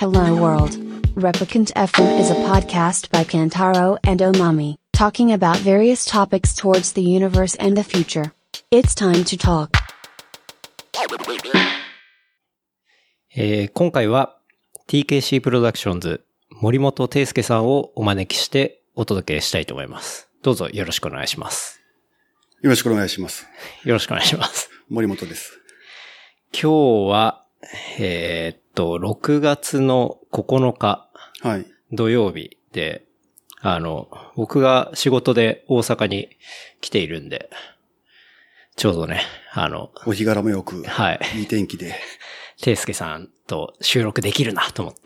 Hello World. Replicant FM is a podcast by Kantaro and Omami, talking about various topics towards the universe and the future. It's time to talk. 今回は TKC プロダクションズ森本圭介さんをお招きしてお届けしたいと思います。どうぞよろしくお願いします。 よろしくお願いします。 よろしくお願いします。 森本です。 今日は、6月の9日、 はい、 土曜日で、僕が仕事で大阪に来ているんで、ちょうどね、 お日柄もよく、 はい。 いい天気で。 圭介さんと収録できるなと思って。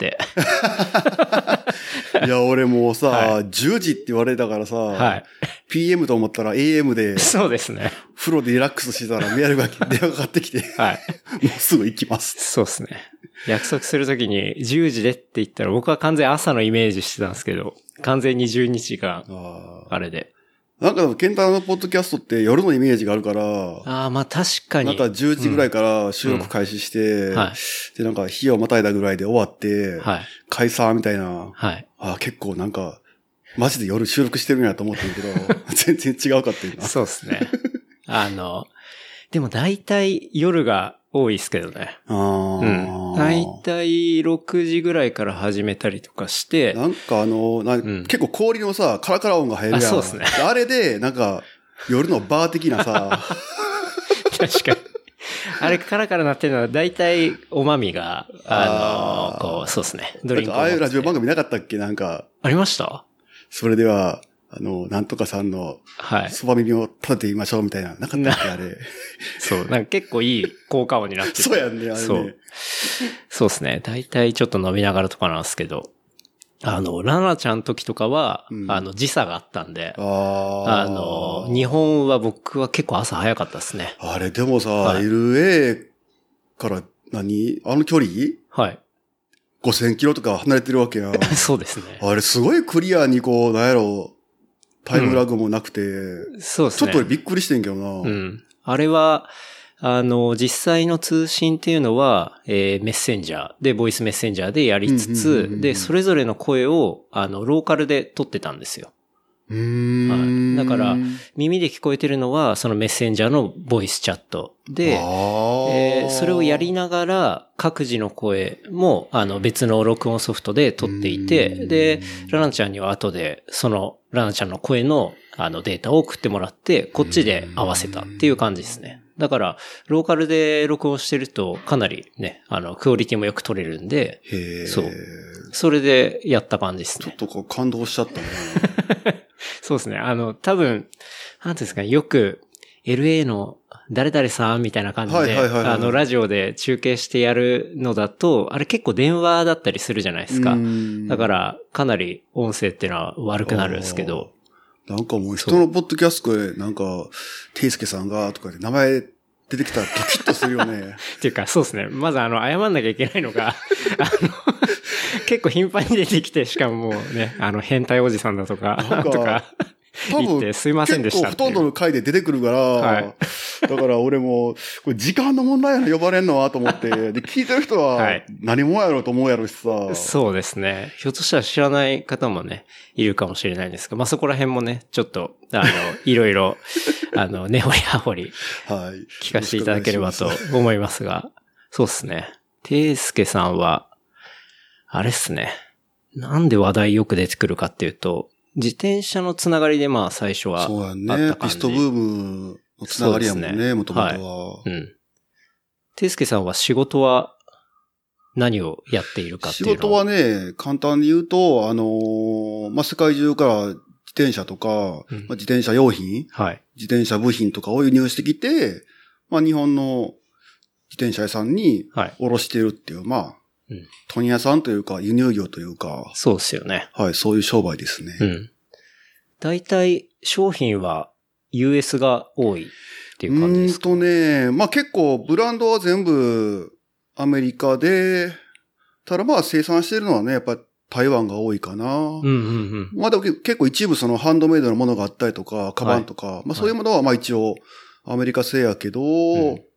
いや、俺もうさ、 はい、 10時って言われたからさ、 はい、 PM と思ったら AM で、 そうですね。 風呂でリラックスしてたらメールが電話かかってきて、 はい。 もうすぐ行きます。 そうですね。約束するときに10時でって言ったら僕は完全朝のイメージしてたんですけど、完全に12時間、あれで。 なんか、ケンタのポッドキャストって夜のイメージがあるから、 ああ、まあ確かに。 なんか10時ぐらいから収録開始して、 はい、 で、なんか日をまたいだぐらいで終わって、 はい、 解散みたいな、 はい、 結構なんか、マジで夜収録してるんやと思ってるけど、全然違うかっていうな。 そうですね。でも大体夜が多いですけどね。大体6時ぐらいから始めたりとかして。 なんか結構氷のさ、カラカラ音が入るやん。 そうですね。 あれで、なんか、夜のバー的なさ。 確かに。あれカラカラなってるのは大体おまみが、こう、そうですね。ドリンクを。 ああいうラジオ番組なかったっけなんか。 ありました？ それでは、なんとかさんの、そば耳を立ててみましょうみたいな。なかったっけあれ。 そう、なんか結構いい効果音になってて。 そうやんね、あれね。 そうですね。大体ちょっと飲みながらとかなんですけど、ラナちゃんの時とかは、時差があったんで、日本は僕は結構朝早かったですね。 あれでもさ、はい、LA からあの距離はい。 5000キロとか離れてるわけやん。 そうですね。 あれすごいクリアにこう、なんやろ、タイムラグもなくて、 そうですね。 ちょっと俺びっくりしてんけどな。 あれは、実際の通信っていうのは、メッセンジャーで、ボイスメッセンジャーでやりつつ、で、それぞれの声を、ローカルで撮ってたんですよ。はい、だから、耳で聞こえてるのは、そのメッセンジャーのボイスチャットで、それをやりながら、各自の声も、別の録音ソフトで撮っていて、で、ラナちゃんには後で、その、ラナちゃんの声の、データを送ってもらって、こっちで合わせたっていう感じですね。だから、ローカルで録音してると、かなりね、クオリティもよく取れるんで、そう。それでやった感じですね。 ちょっとこう感動しちゃったね。 そうですね。多分、なんていうんですかね、よく LA の誰々さんみたいな感じで、ラジオで中継してやるのだと、あれ結構電話だったりするじゃないですか。だから、かなり音声っていうのは悪くなるんですけど。 なんかもう人のポッドキャストで、なんか、ていすけさんが、とかで名前出てきたらドキッとするよね。 っていうか、そうですね。まず謝んなきゃいけないのが、結構頻繁に出てきて、しかももうね、変態おじさんだとか、言ってすいませんでしたって。 結構ほとんどの回で出てくるから、はい、だから俺も、これ時間の問題やな、呼ばれんのはと思って、で、聞いてる人は何もやろうと思うやろしさ、 そうですね。ひょっとしたら知らない方もね、いるかもしれないんですが、まあ、そこら辺もね、ちょっと、いろいろ、根掘り葉掘り、聞かせていただければと思いますが、そうですね。ていすけさんは、あれっすね。なんで話題よく出てくるかっていうと、自転車のつながりでまあ最初はあった感じ。 そうやね。ピストブームのつながりやもんね、もともとは。 ていすけさんは仕事は何をやっているかっていうのは。 仕事はね、簡単に言うと、まあ、世界中から自転車とか、まあ、自転車用品、自転車部品とかを輸入してきて、まあ、日本の自転車屋さんに卸してるっていう、まあ、問屋さんというか、輸入業というか。 そうですよね。 はい、そういう商売ですね。 大体、商品は US が多いっていう感じですか？ まあ結構、ブランドは全部アメリカで、ただまあ生産してるのはね、やっぱ台湾が多いかな。まあでも結構一部そのハンドメイドのものがあったりとか、カバンとか、まあそういうものはまあ一応アメリカ製やけど、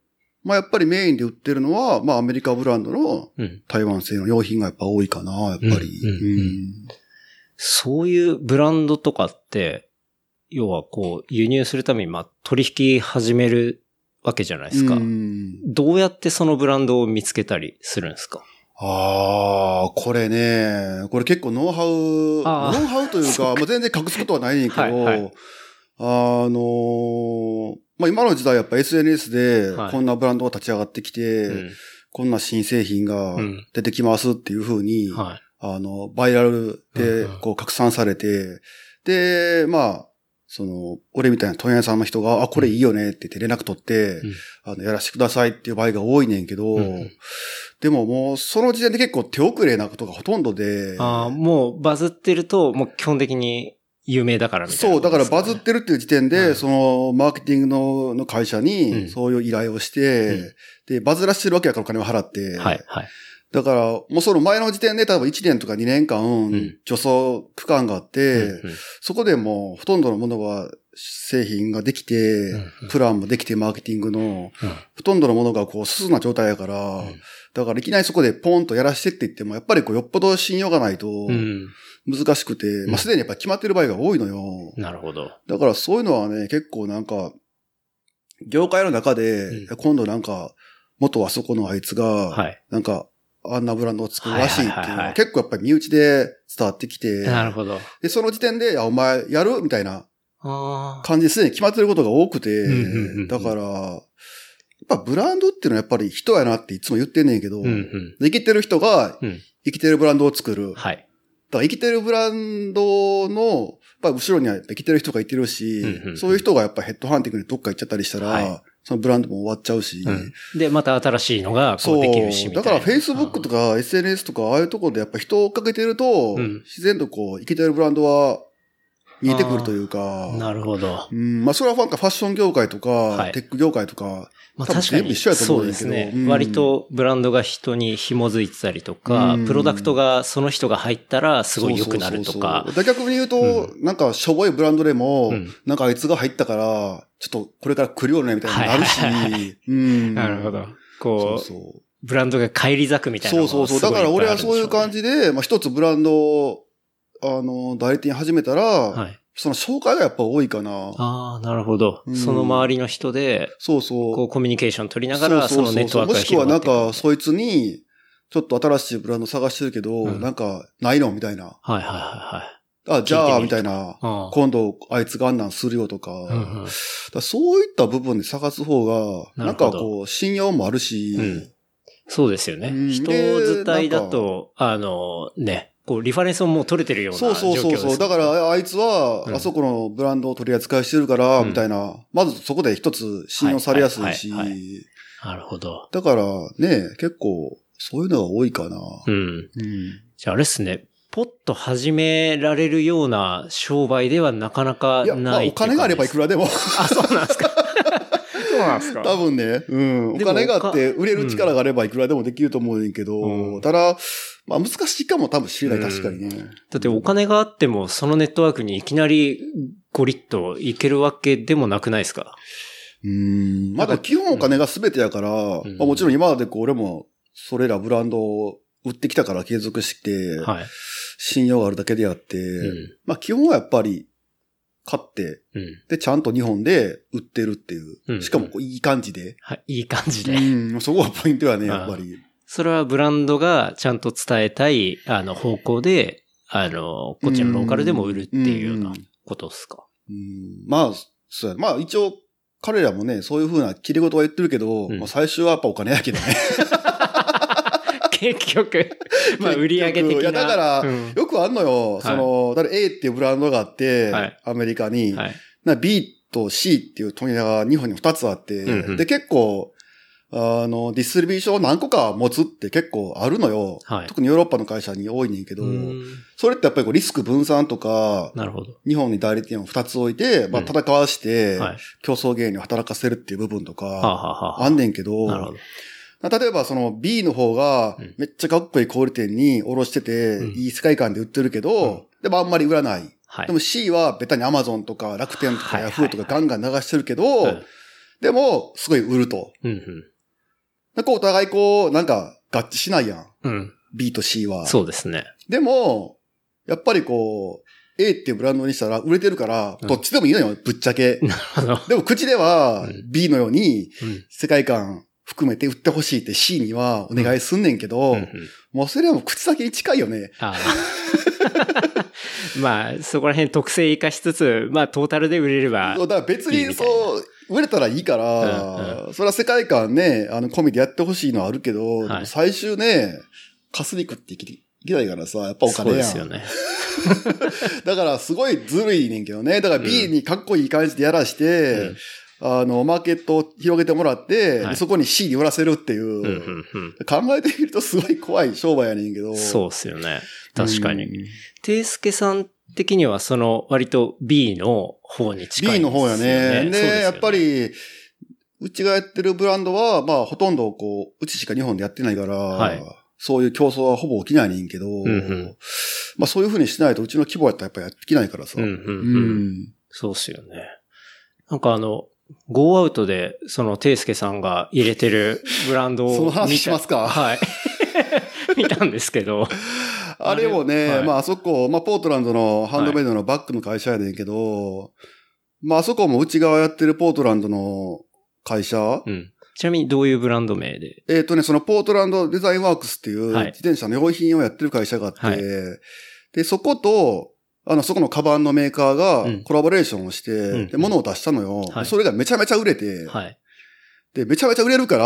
まあやっぱりメインで売ってるのは、まあアメリカブランドの台湾製の用品がやっぱ多いかな、やっぱり。 そういうブランドとかって、要はこう輸入するためにまあ取引始めるわけじゃないですか。どうやってそのブランドを見つけたりするんですか？ これね、これ結構ノウハウというか、まあ、全然隠すことはないねんけど、はいはい、まあ、今の時代やっぱ SNS でこんなブランドが立ち上がってきて、こんな新製品が出てきますっていう風に、バイラルでこう拡散されて、で、まあ、俺みたいな問屋さんの人が、これいいよねって言って連絡取って、やらせてくださいっていう場合が多いねんけど、でももうその時点で結構手遅れなことがほとんどで。 もうバズってると、もう基本的に有名だからみたいな、 そう、だからバズってるっていう時点で、マーケティングの会社に、そういう依頼をして、で、バズらしてるわけやからお金を払って、だから、もうその前の時点で多分1年とか2年間、助走区間があって、そこでもうほとんどのものは製品ができて、プランもできてマーケティングの、ほとんどのものがこうすすな状態やから、だからいきなりそこでポンとやらしてって言っても、やっぱりこうよっぽど信用がないと、難しくて、まあすでにやっぱ決まってる場合が多いのよ。 なるほど。 だからそういうのはね、結構なんか、業界の中で、今度なんか、元あそこのあいつが、なんか、あんなブランドを作るらしいっていうのは結構やっぱり身内で伝わってきて。 なるほど。 で、その時点で、お前やるみたいな感じですでに決まってることが多くて。だから、やっぱブランドっていうのはやっぱり人やなっていつも言ってんねんけど、生きてる人が生きてるブランドを作る。だから生きてるブランドの、やっぱ後ろには生きてる人がいてるし、そういう人がやっぱヘッドハンティングにどっか行っちゃったりしたら、そのブランドも終わっちゃうし。 で、また新しいのがこうできるしみたいな。 だから Facebook とか SNS とかああいうところでやっぱ人を追っかけてると、自然とこう、生きてるブランドは見えてくるというか。 なるほど。 まあそれはなんかファッション業界とか、テック業界とか、 まあ確かにそうですね。割とブランドが人に紐づいてたりとか、プロダクトがその人が入ったらすごい良くなるとか。 逆に言うと、なんかしょぼいブランドでも、なんかあいつが入ったから、ちょっとこれから来るよねみたいになるし。 なるほど。こう、ブランドが返り咲くみたいな。 そう。だから俺はそういう感じで、まあ一つブランドを、代理店始めたら、その紹介がやっぱ多いかな。 なるほど。その周りの人で、こうコミュニケーション取りながら、そのネットワークが広がっていく。 もしくはなんか、そいつに、ちょっと新しいブランド探してるけど、なんか、ないのみたいな。じゃあ、みたいな。今度、あいつがあんなんするよとか。そういった部分で探す方が、なんかこう、信用もあるし。 そうですよね。人伝いだと、こう、リファレンスももう取れてるような状況です。 そう。だから、あいつは、あそこのブランドを取り扱いしてるから、みたいな。まずそこで一つ信用されやすいし。 なるほど。 だから、ね、結構、そういうのが多いかな。 じゃああれっすね。ポッと始められるような商売ではなかなかない。いや、まあお金があればいくらでも。 そうなんですか。そうなんですか。 多分ね、お金があって売れる力があればいくらでもできると思うんけど、ただ、まあ難しいかも多分しれない、確かにね。 だってお金があってもそのネットワークにいきなりゴリッといけるわけでもなくないですか？ まだ基本お金が全てやから、もちろん今まで俺もそれらブランドを売ってきたから継続して、信用があるだけであって、まあ基本はやっぱり買って、で、ちゃんと日本で売ってるっていう。しかもいい感じで。 いい感じで。 そこがポイントやね、やっぱり。 それはブランドがちゃんと伝えたい、方向で、こっちのローカルでも売るっていうようなことですか。 まあ、そうや。まあ一応、彼らもね、そういう風な切り事は言ってるけど、まあ最初はやっぱお金やけどね。 結局、まあ売り上げ的な。 いやだから、よくあんのよ。だから A っていうブランドがあって、アメリカに、B と C っていう問屋が日本に2つあって、で結構、ディストリビューションを何個か持つって結構あるのよ。特にヨーロッパの会社に多いねんけど、それってやっぱりこうリスク分散とか、日本に代理店を2つ置いて、まあ戦わして、競争原理を働かせるっていう部分とか、あんねんけど、例えばその B の方がめっちゃかっこいい小売店に卸してて、いい世界観で売ってるけど、でもあんまり売らない。でも C はベタに Amazon とか楽天とか Yahoo とかガンガン流してるけど、でもすごい売ると。 お互いこう、なんか合致しないやん。 うん。 B と C は。 そうですね。 でも、やっぱりこう、A っていうブランドにしたら売れてるから、どっちでもいいのよ、ぶっちゃけ。 なるほど。 でも口では B のように世界観含めて売ってほしいって C にはお願いすんねんけど、もうそれはもう口先に近いよね。 あまあ、そこら辺特性活かしつつ、まあトータルで売れればいい。 だから別にそう、売れたらいいから、それは世界観ね、込みでやってほしいのはあるけど、はい、最終ね、かすり食っていけないからさ、やっぱお金やん。 そうですよね。 だからすごいずるいねんけどね。だから B にかっこいい感じでやらして、マーケットを広げてもらって、はい、そこに C に売らせるっていう、考えてみるとすごい怖い商売やねんけど。 そうっすよね。確かに。ていすけさん的にはその割と B の方に近いんですよね。 B の方やね。で、やっぱり、うちがやってるブランドは、まあほとんどこう、うちしか日本でやってないから、はい、そういう競争はほぼ起きないねんけど、まあそういう風にしないとうちの規模やったらやっぱりやってきないからさ。 そうっすよね。なんかゴーアウトで、ていすけさんが入れてるブランドをその話しますか？ はい。見たんですけど。 あれもね、はい、まああそこ、まあポートランドのハンドメイドのバッグの会社やねんけど、まああそこもうち側やってるポートランドの会社、 ちなみにどういうブランド名で？ そのポートランドデザインワークスっていう自転車の用品をやってる会社があって、はい、で、そこと、そこのカバンのメーカーがコラボレーションをして、で、物を出したのよ、はい。それがめちゃめちゃ売れて、はい、で、めちゃめちゃ売れるから、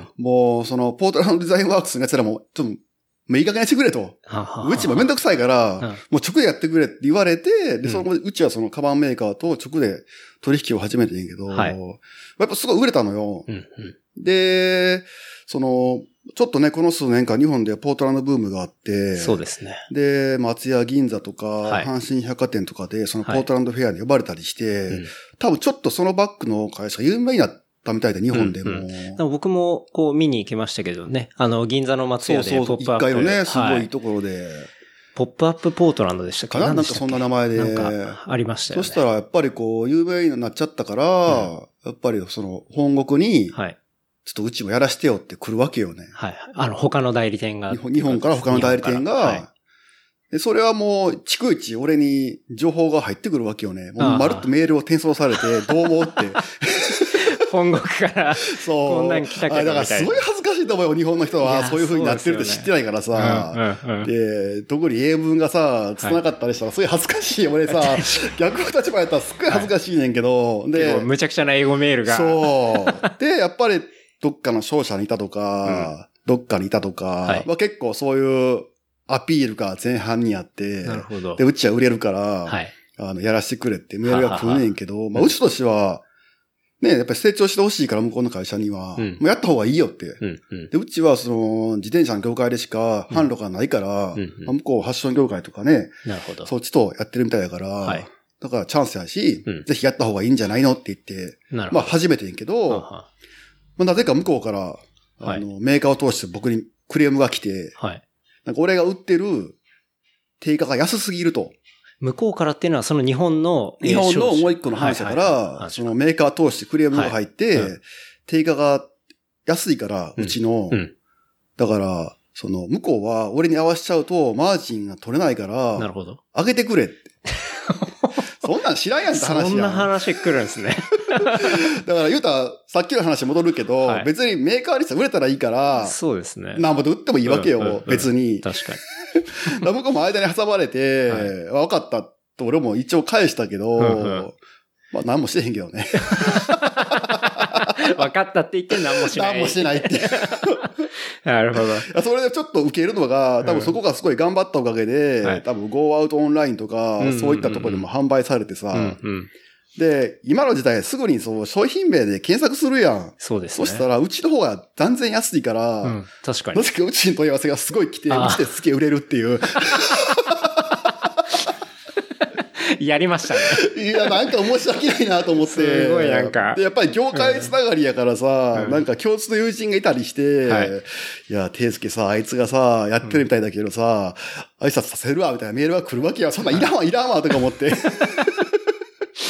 もう、ポートランドデザインワークスのやつらも、ちょっと、もういい加減にしてくれと。うちもめんどくさいから、もう直でやってくれって言われて、で、うちはそのカバンメーカーと直で取引を始めてんやけど、はい、やっぱすごい売れたのよ。で、ちょっとね、この数年間日本でポートランドブームがあって、 そうですね。 で、松屋銀座とか、はい、阪神百貨店とかで、そのポートランドフェアに呼ばれたりして、多分ちょっとそのバッグの会社が有名になったみたいで、日本でも。 僕もこう見に行きましたけどね、銀座の松屋でポップアップ。 一階のね、すごいいいところで。 ポップアップポートランドでしたっけ？ なんかそんな名前で。 なんかありましたよね。 そしたらやっぱりこう、有名になっちゃったから、やっぱり本国に、はい。ちょっとうちもやらしてよって来るわけよね。 はい。他の代理店が。 日本から他の代理店が、はい、で、それはもう、逐一俺に情報が入ってくるわけよね。もうまるっとメールを転送されて、どう思うって。 本国から、そう。こんなん来たけどみたいな。 だからすごい恥ずかしいと思うよ、日本の人は。そういう風になってるって知ってないからさ。で、特に英文がさ、つながったりしたら、すごい恥ずかしいよ、俺さ。逆の立場やったらすっごい恥ずかしいねんけど。 で、むちゃくちゃな英語メールが。 そう。で、やっぱり、どっかの商社にいたとか、どっかにいたとか、まあ結構そういうアピールが前半にあって、 なるほど。 で、うちは売れるから、はい、やらせてくれってメールが来るねんけど、まあうちとしては、ね、やっぱり成長してほしいから向こうの会社には、もうやった方がいいよって。で、うちは自転車の業界でしか販路がないから、向こうファッション業界とかね、なるほど。そっちとやってるみたいだから、はい、だからチャンスやし、ぜひやった方がいいんじゃないのって言って、まあ初めてんけど、まあ、なぜか向こうから、メーカーを通して僕にクレームが来て、はい、なんか俺が売ってる定価が安すぎると。 向こうからっていうのはその日本のもう一個の話だから、そのメーカー通してクレームが入って、定価が安いから、うちの、だから、向こうは俺に合わせちゃうとマージンが取れないから、なるほど。上げてくれって。そんなん知らんやんって話やん。 そんな話来るんですね。 だから言うたら、さっきの話戻るけど、はい、別にメーカーに売れたらいいから、 そうですね。 なんぼで売ってもいいわけよ、別に。 確かに。向こうも間に挟まれて、はい、分かったと俺も一応返したけど、まあ何もしてへんけどね。 分かったって言って何もしない。 何もしてないって。 なるほど。 それでちょっと受けるのが、多分そこがすごい頑張ったおかげで、多分 Go Out Online とか、そういったところでも販売されてさ、で、今の時代すぐに商品名で検索するやん。 そうですね。 そしたらうちの方が断然安いから、 確かに。 なぜかうちの問い合わせがすごい来て、うちですげえ売れるっていう。 やりましたね。 いや、なんか申し訳ないなと思って。 すごいなんか。 で、やっぱり業界つながりやからさ、なんか共通の友人がいたりして、いや、ていすけさ、あいつがさ、やってるみたいだけどさ、挨拶させるわ、みたいなメールが来るわけや。そんないらんわとか思って。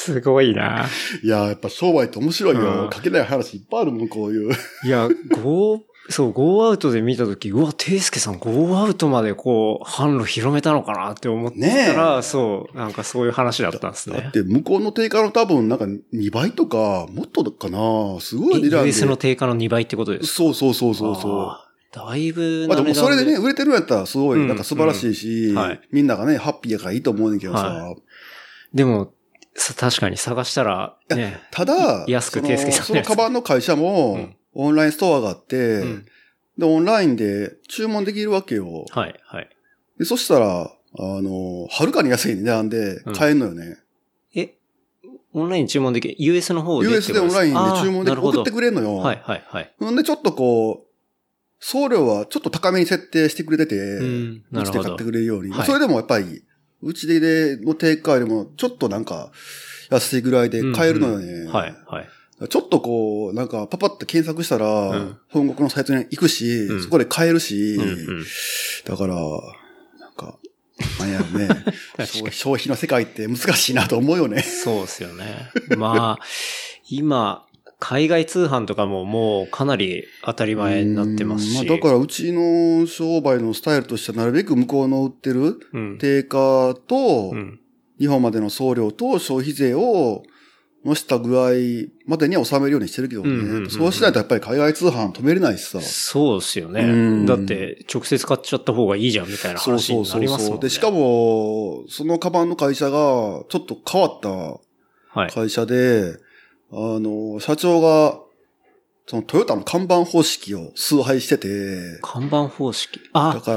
すごいな。 いや、やっぱ商売って面白いよ。 うん書けない話いっぱいあるもん、こういう。 いや、ゴーアウトで見たとき、うわ、ていすけさん、ゴーアウトまでこう、販路広めたのかなって思ったら、なんかそういう話だったんですね。 だって向こうの定価の多分なんか2倍とか、もっとかな、すごい値段で。 US の定価の2倍ってことですか？ そう。 だいぶまあでもそれでね、売れてるんやったらすごい、なんか素晴らしいし、 はい、 みんながね、ハッピーやからいいと思うねんけどさ。 はい、でも、確かに探したら、ね。 ただ、 安くていすけさんそのカバンの会社も、オンラインストアがあって、で、オンラインで注文できるわけよ。 はい。 で、そしたら、はるかに安い値段で買えんのよね。 オンライン注文できる ?US の方で US でオンラインで注文できる。送ってくれんのよ。 はい。 ほんで、ちょっとこう、送料はちょっと高めに設定してくれてて、うちで買ってくれるように。それでもやっぱり、うちでの定価よりもちょっとなんか安いぐらいで買えるのよね。 はい。 ちょっとこう、なんかパパって検索したら、本国のサイトに行くし、そこで買えるし、だから、なんか、なんやろね。消費の世界って難しいなと思うよね。 そうですよね。まあ、今、海外通販とかももうかなり当たり前になってますし。 だからうちの商売のスタイルとしてはなるべく向こうの売ってる定価と、日本までの送料と消費税をのした具合までには収めるようにしてるけどね。そうしないとやっぱり海外通販止めれないしさ。 そうですよね。だって直接買っちゃった方がいいじゃんみたいな話になりますもんね。 で、しかも、そのカバンの会社がちょっと変わった会社で、社長が、そのトヨタの看板方式を崇拝してて。 看板方式だから、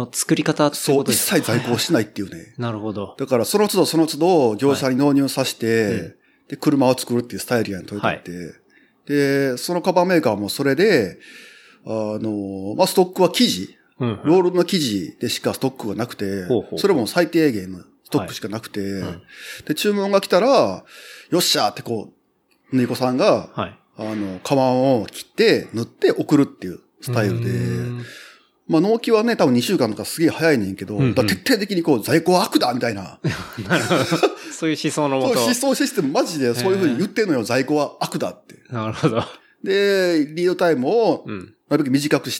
作り方ってことですか？ そう、一切在庫しないっていうね。 なるほど。 だから、その都度業者に納入させて、で、車を作るっていうスタイルやん、トヨタって。で、そのカバンメーカーもそれで、ストックは生地、ロールの生地でしかストックがなくて、それも最低限のストックしかなくて、で、注文が来たら、よっしゃーってこう、ネイコさんが、カバンを切って塗って送るっていうスタイルで、まあ納期はね、多分2週間とかすげえ早いねんけど、徹底的にこう在庫は悪だみたいな。 なるほど。そういう思想のもと。 そう、思想システムマジでそういう風に言ってんのよ、在庫は悪だって。 なるほど。 で、リードタイムをなるべく短くして、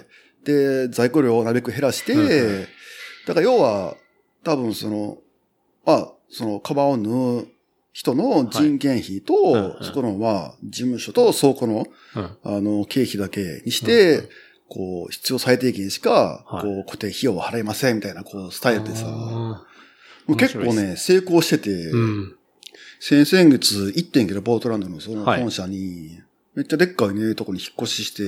で、在庫量をなるべく減らして、だから要は、多分そのカバンを縫う人の人件費と、そこの事務所と倉庫の、経費だけにして、こう、必要最低限しか、こう、固定費用を払いませんみたいな、こう、スタイルでさ、結構ね、成功してて、先々月行ってんけど、ポートランドのその本社に、めっちゃでっかいね、とこに引っ越しして、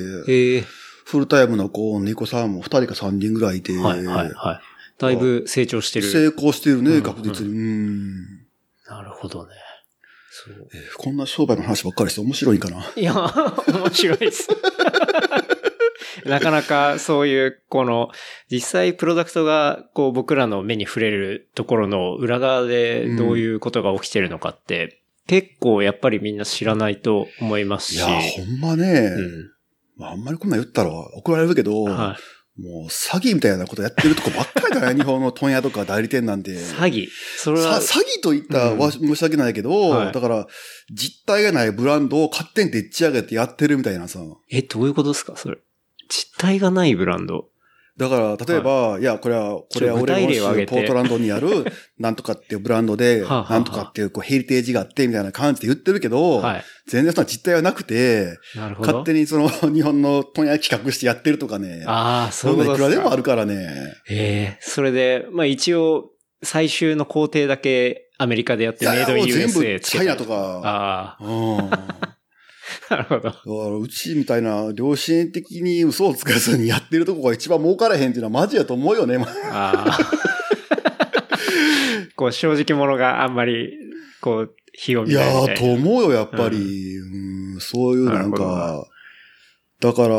フルタイムの子、猫さんも2人か3人ぐらいいて、 だいぶ成長してる。 成功してるね、確実に。 なるほどね。そう。 こんな商売の話ばっかりして面白いかな。 いや、面白いです。なかなかそういう、実際プロダクトが、僕らの目に触れるところの裏側でどういうことが起きてるのかって、結構やっぱりみんな知らないと思いますし。 いや、ほんまね、あんまりこんなん言ったら怒られるけど、もう詐欺みたいなことやってるとこばっかりだね、日本の問屋とか代理店なんで。 詐欺それは。 詐欺と言ったら申し訳ないけど、だから、実体がないブランドを勝手にでっち上げてやってるみたいなさ。 どういうことですかそれ。実体がないブランド。 だから、例えば、いや、これは俺の州ポートランドにある、なんとかっていうブランドで、なんとかっていうヘリテージがあって、みたいな感じで言ってるけど、全然その実態はなくて、勝手にその日本の問屋企画してやってるとかね。 そういうことですか。 いくらでもあるからね。 それで、一応、最終の工程だけアメリカでやってメイドイン USA つけて。 全部チャイナとか。 なるほど。 だからうちみたいな良心的に嘘をつかずにやってるとこが一番儲からへんっていうのはマジやと思うよね。 正直者があんまり、火を見ないみたいな。 と思うよ、やっぱり。そういうなんか、だから、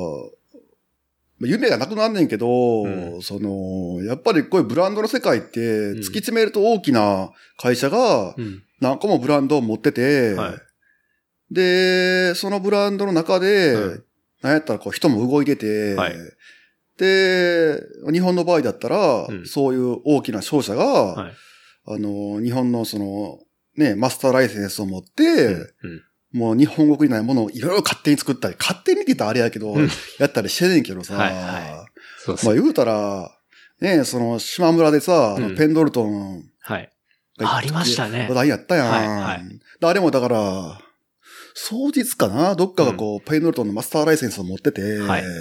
夢がなくなんねんけど、やっぱりこういうブランドの世界って、突き詰めると大きな会社が、何個もブランドを持ってて、で、そのブランドの中で、なんやったら人も動いてて、で、日本の場合だったら、そういう大きな商社が、日本のね、マスターライセンスを持って、もう日本国にないものをいろいろ勝手に作ったり、勝手にって言ったらあれやけど、やったりしてんねんけどさ、 そうそう。 まあ言うたら、ね、その島村でさ、ペンドルトン、 ありましたね。 話題やったやん。あれもだから、当日かなどっかがこう、ペンドルトンのマスターライセンスを持ってて、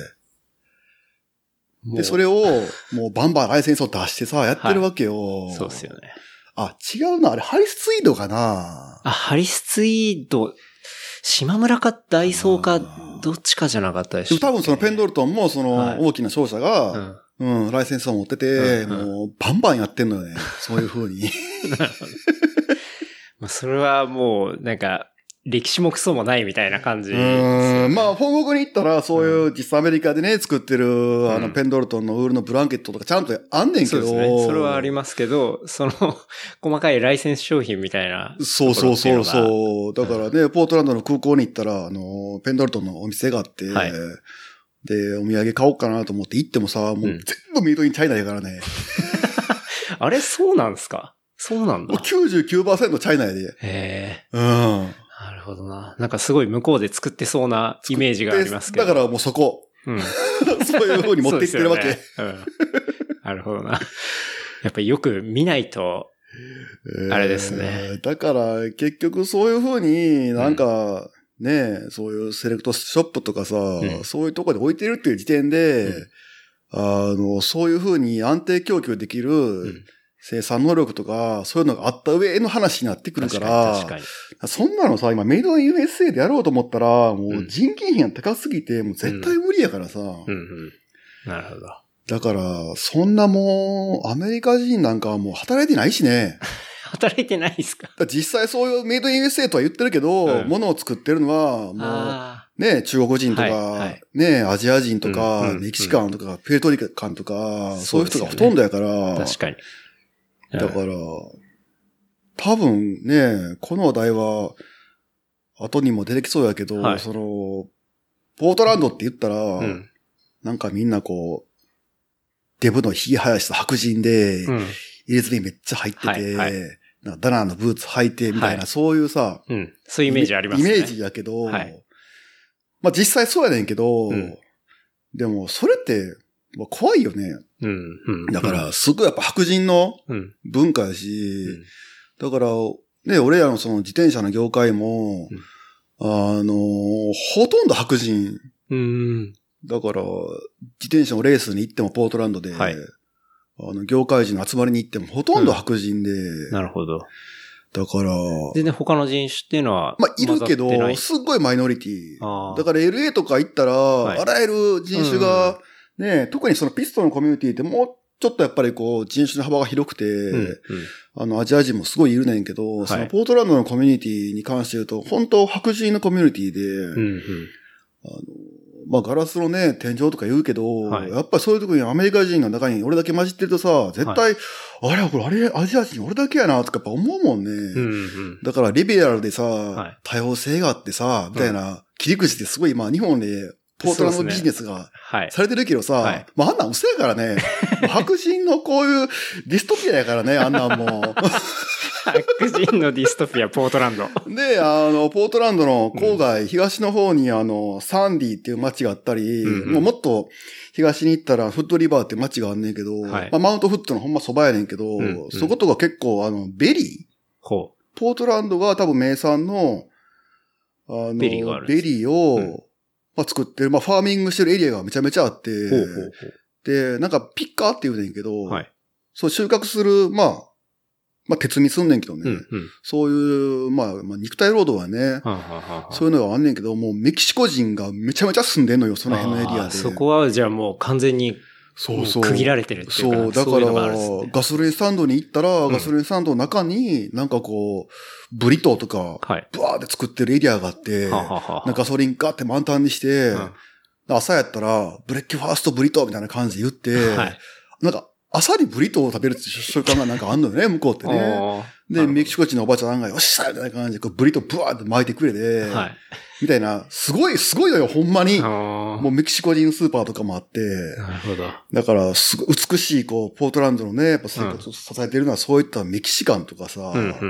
で、それを、もうバンバンライセンスを出してさ、やってるわけよ。 そうですよね。 あ、違うな。あれ、ハリスツイードかなハリスツイード、島村かダイソーか、どっちかじゃなかったでしょ。 多分そのペンドルトンも、その、大きな商社が、ライセンスを持ってて、もう、バンバンやってんのよね。そういう風に。 なるほど。まあ、それはもう、なんか、歴史もクソもないみたいな感じですよね。 まあ、本国に行ったら、そういう実際アメリカでね、作ってる、ペンドルトンのウールのブランケットとかちゃんとあんねんけど。 そうですね。それはありますけど、その、細かいライセンス商品みたいな。 そう。だからね、ポートランドの空港に行ったら、ペンドルトンのお店があって、で、お土産買おうかなと思って行ってもさ、もう全部メイドインチャイナやからね。 あれ、そうなんですか？そうなんだ。 99% チャイナやで。 へー。なるほどな。なんかすごい向こうで作ってそうなイメージがありますけど。 だからもうそこ。そういう風に持っていってるわけ。 なるほどな。やっぱりよく見ないと、あれですね。 だから結局そういう風になんか、ね、そういうセレクトショップとかさ、そういうところで置いてるっていう時点で、そういう風に安定供給できる、生産能力とか、そういうのがあった上の話になってくるから、 確かにそんなのさ、今メイドイン USA でやろうと思ったら、もう人件費が高すぎて、もう絶対無理やからさ。 なるほど。 だから、そんなもう、アメリカ人なんかはもう働いてないしね。 働いてないですか？ 実際そういうメイドイン USA とは言ってるけど、物を作ってるのは、もう、ね、中国人とか、ね、アジア人とか、メキシカンとか、プエルトリカンとか、そういう人がほとんどやから。 確かに。 だから、多分ね、この話題は、後にも出てきそうやけど、その、ポートランドって言ったら、なんかみんなこう、デブのひげ生やした白人で、入れ墨めっちゃ入ってて、なんかダナーのブーツ履いてみたいな、そういうさ、 そういうイメージありますね。 イメージやけど、まあ実際そうやねんけど、でもそれって、怖いよね。だから、すごいやっぱ白人の文化やし、だから、ね、俺らのその自転車の業界も、ほとんど白人。だから、自転車のレースに行ってもポートランドで、業界人の集まりに行ってもほとんど白人で。 なるほど。 だから、 全然他の人種っていうのは、 まあ、いるけど、すっごいマイノリティ。だから LA とか行ったら、あらゆる人種が、ね、特にそのピストのコミュニティってもうちょっとやっぱりこう人種の幅が広くて、アジア人もすごいいるねんけど、そのポートランドのコミュニティに関して言うと、本当白人のコミュニティで、まあガラスのね、天井とか言うけど、やっぱりそういうところにアメリカ人の中に俺だけ混じってるとさ、絶対、あれアジア人俺だけやなとかやっぱ思うもんね。だからリベラルでさ、多様性があってさ、みたいな切り口ってすごいまあ日本で、ポートランドビジネスがされてるけどさ、まああんなん嘘やからね。白人のこういうディストピアやからね、あんなんも。 白人のディストピア、ポートランド。 で、ポートランドの郊外、東の方にサンディっていう街があったり、もっと東に行ったらフットリバーっていう街があんねんけど、まあマウントフットのほんまそばやねんけど、そことが結構ベリーポートランドが多分名産の、ベリーを、まあ、作ってる、まあ、ファーミングしてるエリアがめちゃめちゃあって、で、なんかピッカーって言うねんけど、そう収穫する、まあ、鉄味すんねんけどね、そういう、まあ、肉体労働はね、そういうのがあんねんけど、もうメキシコ人がめちゃめちゃ住んでんのよ、その辺のエリアで。 そこはじゃあもう完全に、区切られてるっていうか、 そう、だから、ガソリンスタンドに行ったら、ガソリンスタンドの中に、なんかこう、ブリトーとか、ブワーって作ってるエリアがあって、ガソリンガーって満タンにして、朝やったら、ブレックファーストブリトーみたいな感じで言って、なんか、朝にブリトーを食べるって習慣がなんかあんのよね、向こうってね。で、メキシコ人のおばちゃんが、よっしゃみたいな感じで、ブリトーブワーって巻いてくれて、みたいな、すごいのよ、ほんまに。もうメキシコ人スーパーとかもあって。 なるほど。 だから、すごい美しい、こう、ポートランドのね、やっぱ生活を支えているのは、そういったメキシカンとかさ、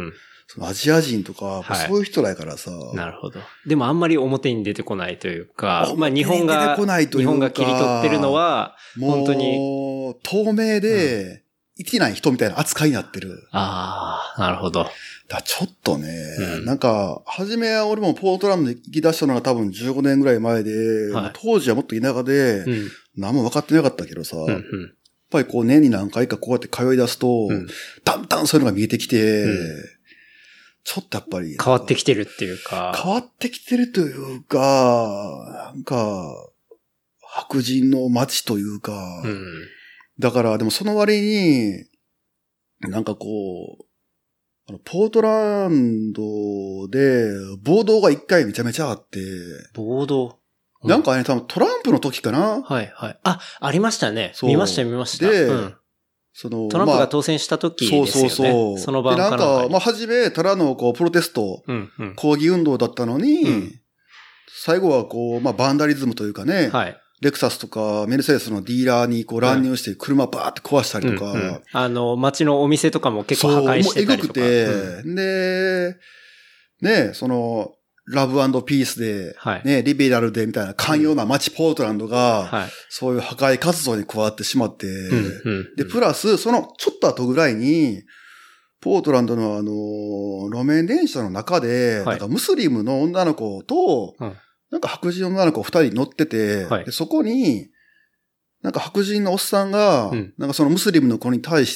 そのアジア人とか、 はいそういう人だからさ。 なるほど。でもあんまり表に出てこないというか、まあ日本が、 日本が切り取ってるのは、本当に。 もう、透明で、生きてない人みたいな扱いになってる。 ああ、なるほど。 ちょっとね、なんか、初めは俺もポートランドで行き出したのが多分15年ぐらい前で、はい、当時はもっと田舎で、何も分かってなかったけどさ、やっぱりこう年に何回かこうやって通い出すと、だんだんそういうのが見えてきて、ちょっとやっぱり。 変わってきてるっていうか。 変わってきてるというか、なんか、白人の街というか、だからでもその割に、なんかこう、ポートランドで暴動が一回めちゃめちゃあって。 暴動、 なんかね、多分トランプの時かな。 はいはい。ありましたね。見ました。 で、 トランプが当選した時ですよね。そう。その晩から。 なんか、初め、ただのこう、プロテスト、抗議運動だったのに、最後はこう、バンダリズムというかね。はい。レクサスとかメルセデスのディーラーにこう乱入して車バーって壊したりとか。 街のお店とかも結構破壊してたりとか。 そう、もうエグくて、で、ね、ラブ&ピースで、ね、リベラルでみたいな寛容な街ポートランドが、そういう破壊活動に加わってしまって、で、プラス、そのちょっと後ぐらいに、ポートランドの路面電車の中で、なんかムスリムの女の子と、なんか白人の女の子二人乗ってて、でそこに、なんか白人のおっさんが、なんかそのムスリムの子に対して、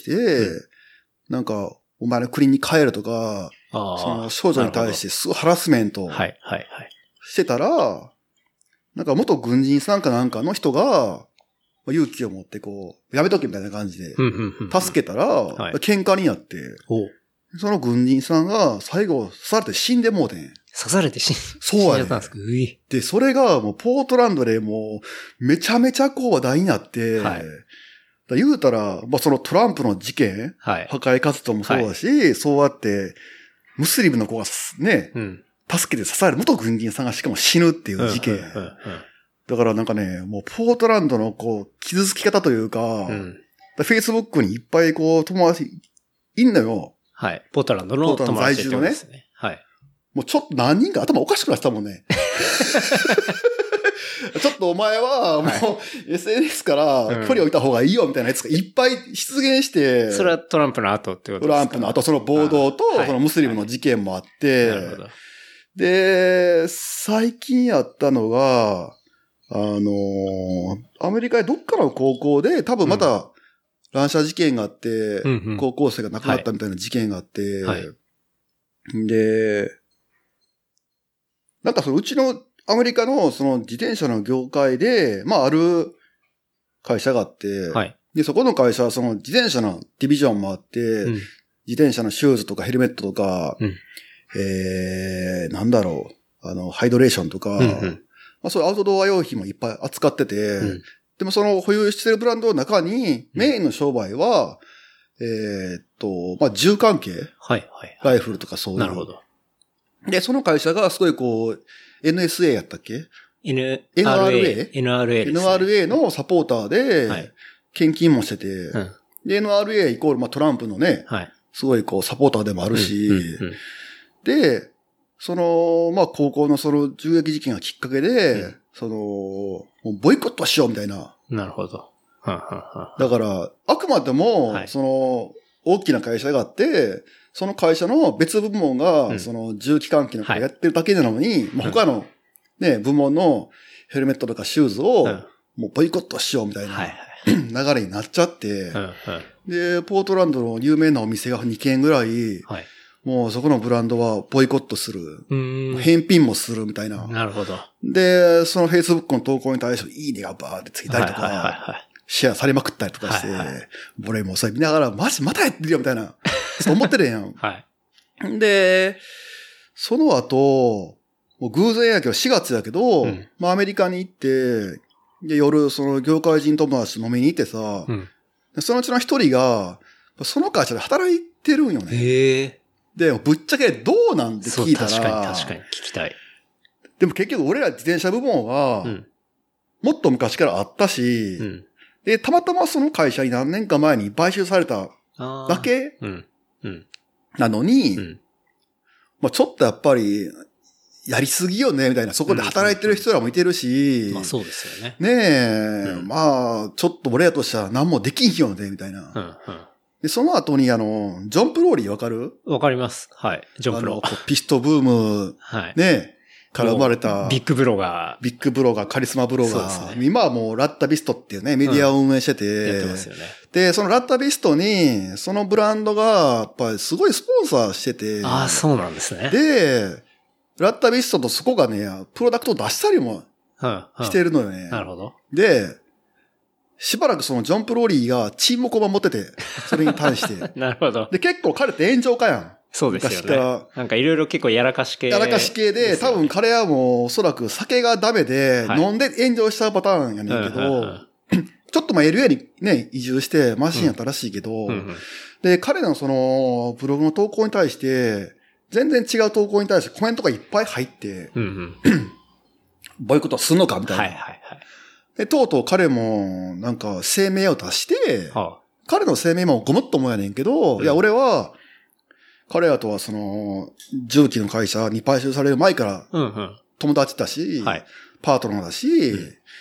なんか、お前の国に帰るとか、その少女に対してすごいハラスメントしてたら、なんか元軍人さんかなんかの人が、勇気を持ってこう、やめとけみたいな感じで、助けたら、喧嘩になって、その軍人さんが最後刺されて死んでもうてん。 刺されて死んじゃったんですか？ で、それがもうポートランドでもうめちゃめちゃこう話題になって、言うたら、そのトランプの事件、破壊活動もそうだし、そうやって、ムスリムの子がね、助けて支える元軍人さんがしかも死ぬっていう事件。だからなんかね、もうポートランドのこう、傷つき方というか、フェイスブックにいっぱいこう、友達いんのよ。 はい。ポートランドの友達のね。はい。 もうちょっと何人か頭おかしくなってたもんね。ちょっとお前はもう SNS から距離を置いた方がいいよみたいなやつがいっぱい出現して。 それはトランプの後ってことですか？ トランプの後、その暴動とそのムスリムの事件もあって。なるほど。で、最近やったのが、アメリカでどっかの高校で多分また乱射事件があって、高校生が亡くなったみたいな事件があって、で、なんかうちのアメリカのその自転車の業界で、ある会社があって、で、そこの会社はその自転車のディビジョンもあって、自転車のシューズとかヘルメットとか、なんだろう、ハイドレーションとか、そういうアウトドア用品もいっぱい扱ってて、でもその保有してるブランドの中に、メインの商売は、銃関係、ライフルとかそういう。なるほど。で、その会社がすごいこう、NSA やったっけ？ NRA ですね。 NRA のサポーターで、献金もしてて、で、NRA イコールトランプのね、すごいこうサポーターでもあるし、で、その、高校のその銃撃事件がきっかけで、もうボイコットしようみたいな。 なるほど。 だから、あくまでも、その、大きな会社があって、その会社の別部門が、その銃器関係のことをやってるだけなのに、他のね、部門のヘルメットとかシューズを、もうボイコットしようみたいな流れになっちゃって、で、ポートランドの有名なお店が2軒ぐらい、もうそこのブランドはボイコットする。返品もするみたいな。 なるほど。 で、その Facebook の投稿に対していいねがバーってついたりとか、シェアされまくったりとかして、俺もそれ見ながら、マジまたやってるよみたいな。そう思ってるやん。で、その後、もう偶然やけど4月やけど、アメリカに行って、で、夜その業界人友達と飲みに行ってさ、そのうちの一人が、その会社で働いてるんよね。で、ぶっちゃけどうなんて聞いたら、 確かに聞きたい。 でも結局俺ら自転車部門は、もっと昔からあったし、で、たまたまその会社に何年か前に買収されただけなのに、 まあちょっとやっぱり、やりすぎよね、みたいな。そこで働いてる人らもいてるし。 まあそうですよね。 ねえ、まあ、ちょっと俺らとしては何もできんよね、みたいな。で、その後にジョン・プローリーわかる？ わかります。はい。ジョン・プロ。 ピストブーム、 はい。 ね、から生まれた。 ビッグブロガー、カリスマブロガー。そうですね。今はもうラッタビストっていうね、メディアを運営してて。 やってますよね。 で、そのラッタビストに、そのブランドが、やっぱりすごいスポンサーしてて。 ああ、そうなんですね。 で、ラッタビストとそこがね、プロダクトを出したりもしてるのよね。 なるほど。 で、しばらくそのジョン・プローリーが沈黙を守ってて、それに対して。 なるほど。 で、結構彼って炎上家やん。 そうですよね。なんかいろいろ結構やらかし系。 やらかし系で、多分彼はもうおそらく酒がダメで、飲んで炎上しちゃうパターンやねんけど、ちょっとLA にね、移住してマシンやったらしいけど、で、彼のそのブログの投稿に対して、全然違う投稿に対してコメントがいっぱい入って、ボイコットすんのかみたいな。で、とうとう彼もなんか声明を出して、彼の声明もごもっともやねんけど、いや、俺は、彼らとはその、重機の会社に買収される前から友達だし、パートナーだし、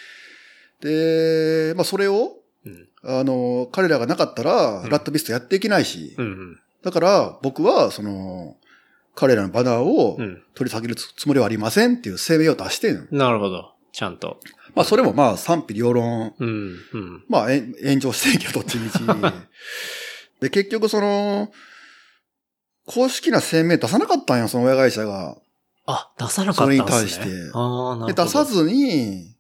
で、まあそれを、彼らがなかったら、ラットビストやっていけないし、だから僕はその、彼らのバナーを取り下げるつもりはありませんっていう声明を出してん。 なるほど。ちゃんと。 まあそれもまあ賛否両論。まあ炎上してんけど、どっちみち。で、結局その、公式な声明出さなかったんよ、その親会社が。 あ、出さなかったんですね。 それに対して。 ああ、なるほど。 で、出さずに、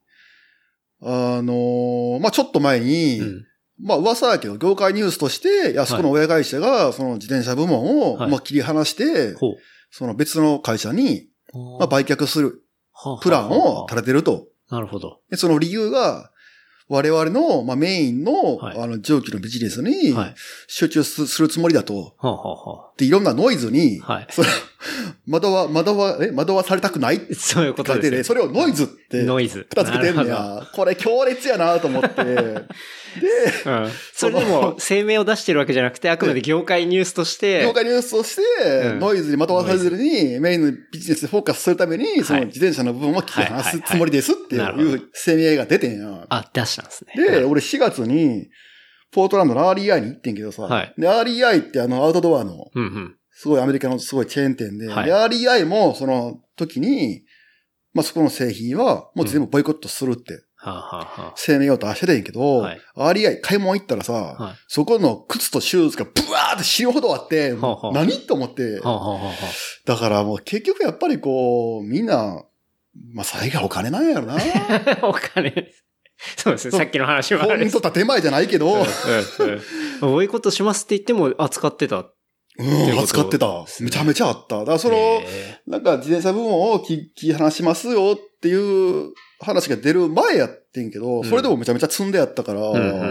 まあちょっと前に、まあ噂だけど、業界ニュースとして、いや、そこの親会社が、その自転車部門を、まあ切り離して、その別の会社に、まあ売却する、プランを立ててると。 なるほど。 で、その理由が、我々の、まあ、メインの、蒸気のビジネスに集中するつもりだと。で、いろんなノイズに、それ、惑わされたくないってそういうことですね。 それをノイズって、片付けてんねや。これ強烈やなと思って。で、 それでも声明を出してるわけじゃなくて、あくまで業界ニュースとして、 ノイズに惑わされずに、メインのビジネスでフォーカスするために、その自転車の部分を切り離すつもりですっていう声明が出てんや。 あ、出したんですね。 で、俺4月に、ポートランドの REI に行ってんけどさ、で、REI ってアウトドアの、すごいアメリカのすごいチェーン店で、で、REI もその時に、まあ、そこの製品はもう全部ボイコットするって、声明を出してたんやけど、REI 買い物行ったらさ、そこの靴とシューズがブワーって死ぬほどあって、何と思って、だからもう結局やっぱりこう、みんな、まあ、最後はお金なんやろな。 お金。そうですね。さっきの話もある。 ほんと建前じゃないけど。 ボイコットしますって言っても扱ってた。 扱ってた。めちゃめちゃあった。だからその、なんか自転車部門を切り離しますよっていう話が出る前やってんけど、それでもめちゃめちゃ積んでやったから、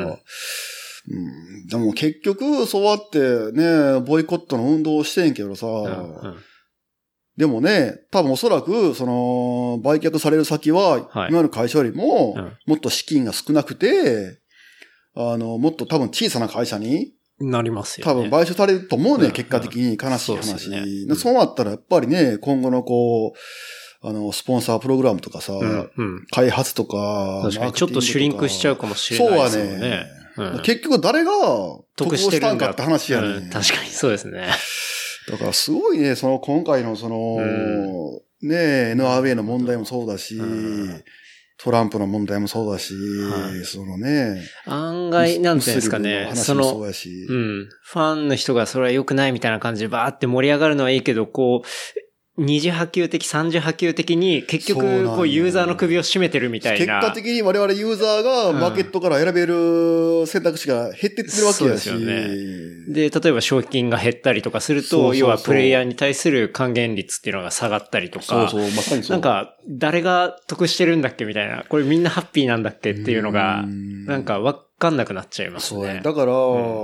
でも結局そうやってね、ボイコットの運動をしてんけどさ、でもね、多分おそらく、その、売却される先は、今の会社よりも、もっと資金が少なくて、もっと多分小さな会社に、 なりますよね。 多分買収されると思うね、結果的に悲しい話。そうなったらやっぱりね、今後のこう、スポンサープログラムとかさ、開発とか、 確かにちょっとシュリンクしちゃうかもしれないですよね。 そうはね、結局誰が得をしたんかって話やね。 確かにそうですね。 だからすごいね、その今回のその、ね、NRA の問題もそうだし、トランプの問題もそうだし、そのね。 案外、なんていうんですかね、その、ファンの人がそれは良くないみたいな感じでバーって盛り上がるのはいいけど、こう、二次波及的、三次波及的に結局、こうユーザーの首を絞めてるみたいな。 結果的に我々ユーザーがマーケットから選べる選択肢が減ってってるわけだし。 で、例えば賞金が減ったりとかすると、要はプレイヤーに対する還元率っていうのが下がったりとか。 まさにそう。 なんか、誰が得してるんだっけみたいな。これみんなハッピーなんだっけっていうのが、なんかわかんなくなっちゃいますね。 だから、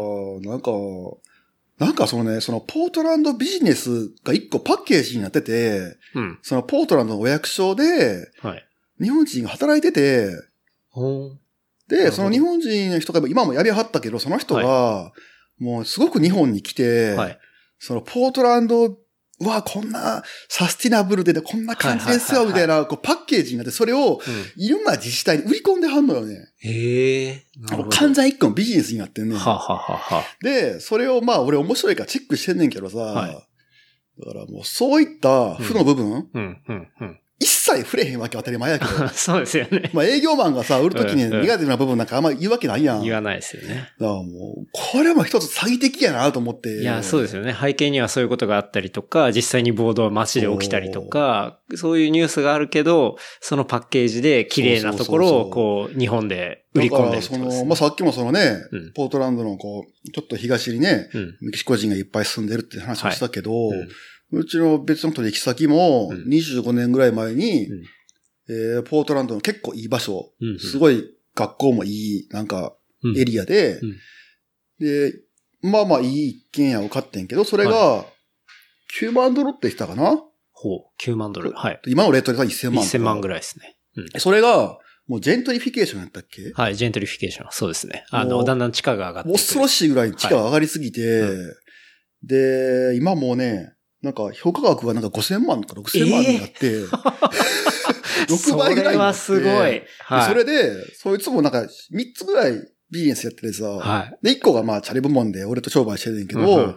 なんかそのね、そのポートランドビジネスが一個パッケージになってて、そのポートランドのお役所で、日本人が働いてて、で、その日本人の人が今もやりはったけど、その人が、もうすごく日本に来て、そのポートランドうわ、こんなサスティナブルでこんな感じですよ、みたいな、こうパッケージになって、それをいろんな自治体に売り込んではんのよね。 へえ。 完全一個のビジネスになってんね。 はははは。 で、それをまあ俺面白いからチェックしてんねんけどさ、はい、だからもうそういった負の部分、一切触れへんわけは当たり前やけど。 そうですよね。 まあ営業マンがさ、売るときにネガティブな部分なんかあんま言うわけないやん。 言わないですよね。 だからもう、これも一つ詐欺的やなと思って。 いや、そうですよね。背景にはそういうことがあったりとか、実際に暴動は街で起きたりとか、そういうニュースがあるけど、そのパッケージで綺麗なところをこう、日本で売り込んでるってことですね。 まあさっきもそのね、ポートランドのこう、ちょっと東にね、メキシコ人がいっぱい住んでるって話をしたけど、うちの別の取引先も25年ぐらい前に、ポートランドの結構いい場所、すごい学校もいい、なんか、エリアで、で、まあまあいい一軒家を買ってんけど、それが、9万ドルって言ってたかな？ ほう、9万ドル。はい。 今のレートで1000万。 1000万ぐらいですね。 それが、もうジェントリフィケーションやったっけ？ はい、ジェントリフィケーション。そうですね。だんだん地価が上がってくる。 恐ろしいぐらい地価が上がりすぎて、で、今もうね、なんか評価額がなんか5000万とか6000万になって、6倍ぐらいになって。 それはすごい。 はい。それで、そいつもなんか3つぐらいビジネスやっててさ、はい。で、1個がまあチャリ部門で俺と商売してるんだけど、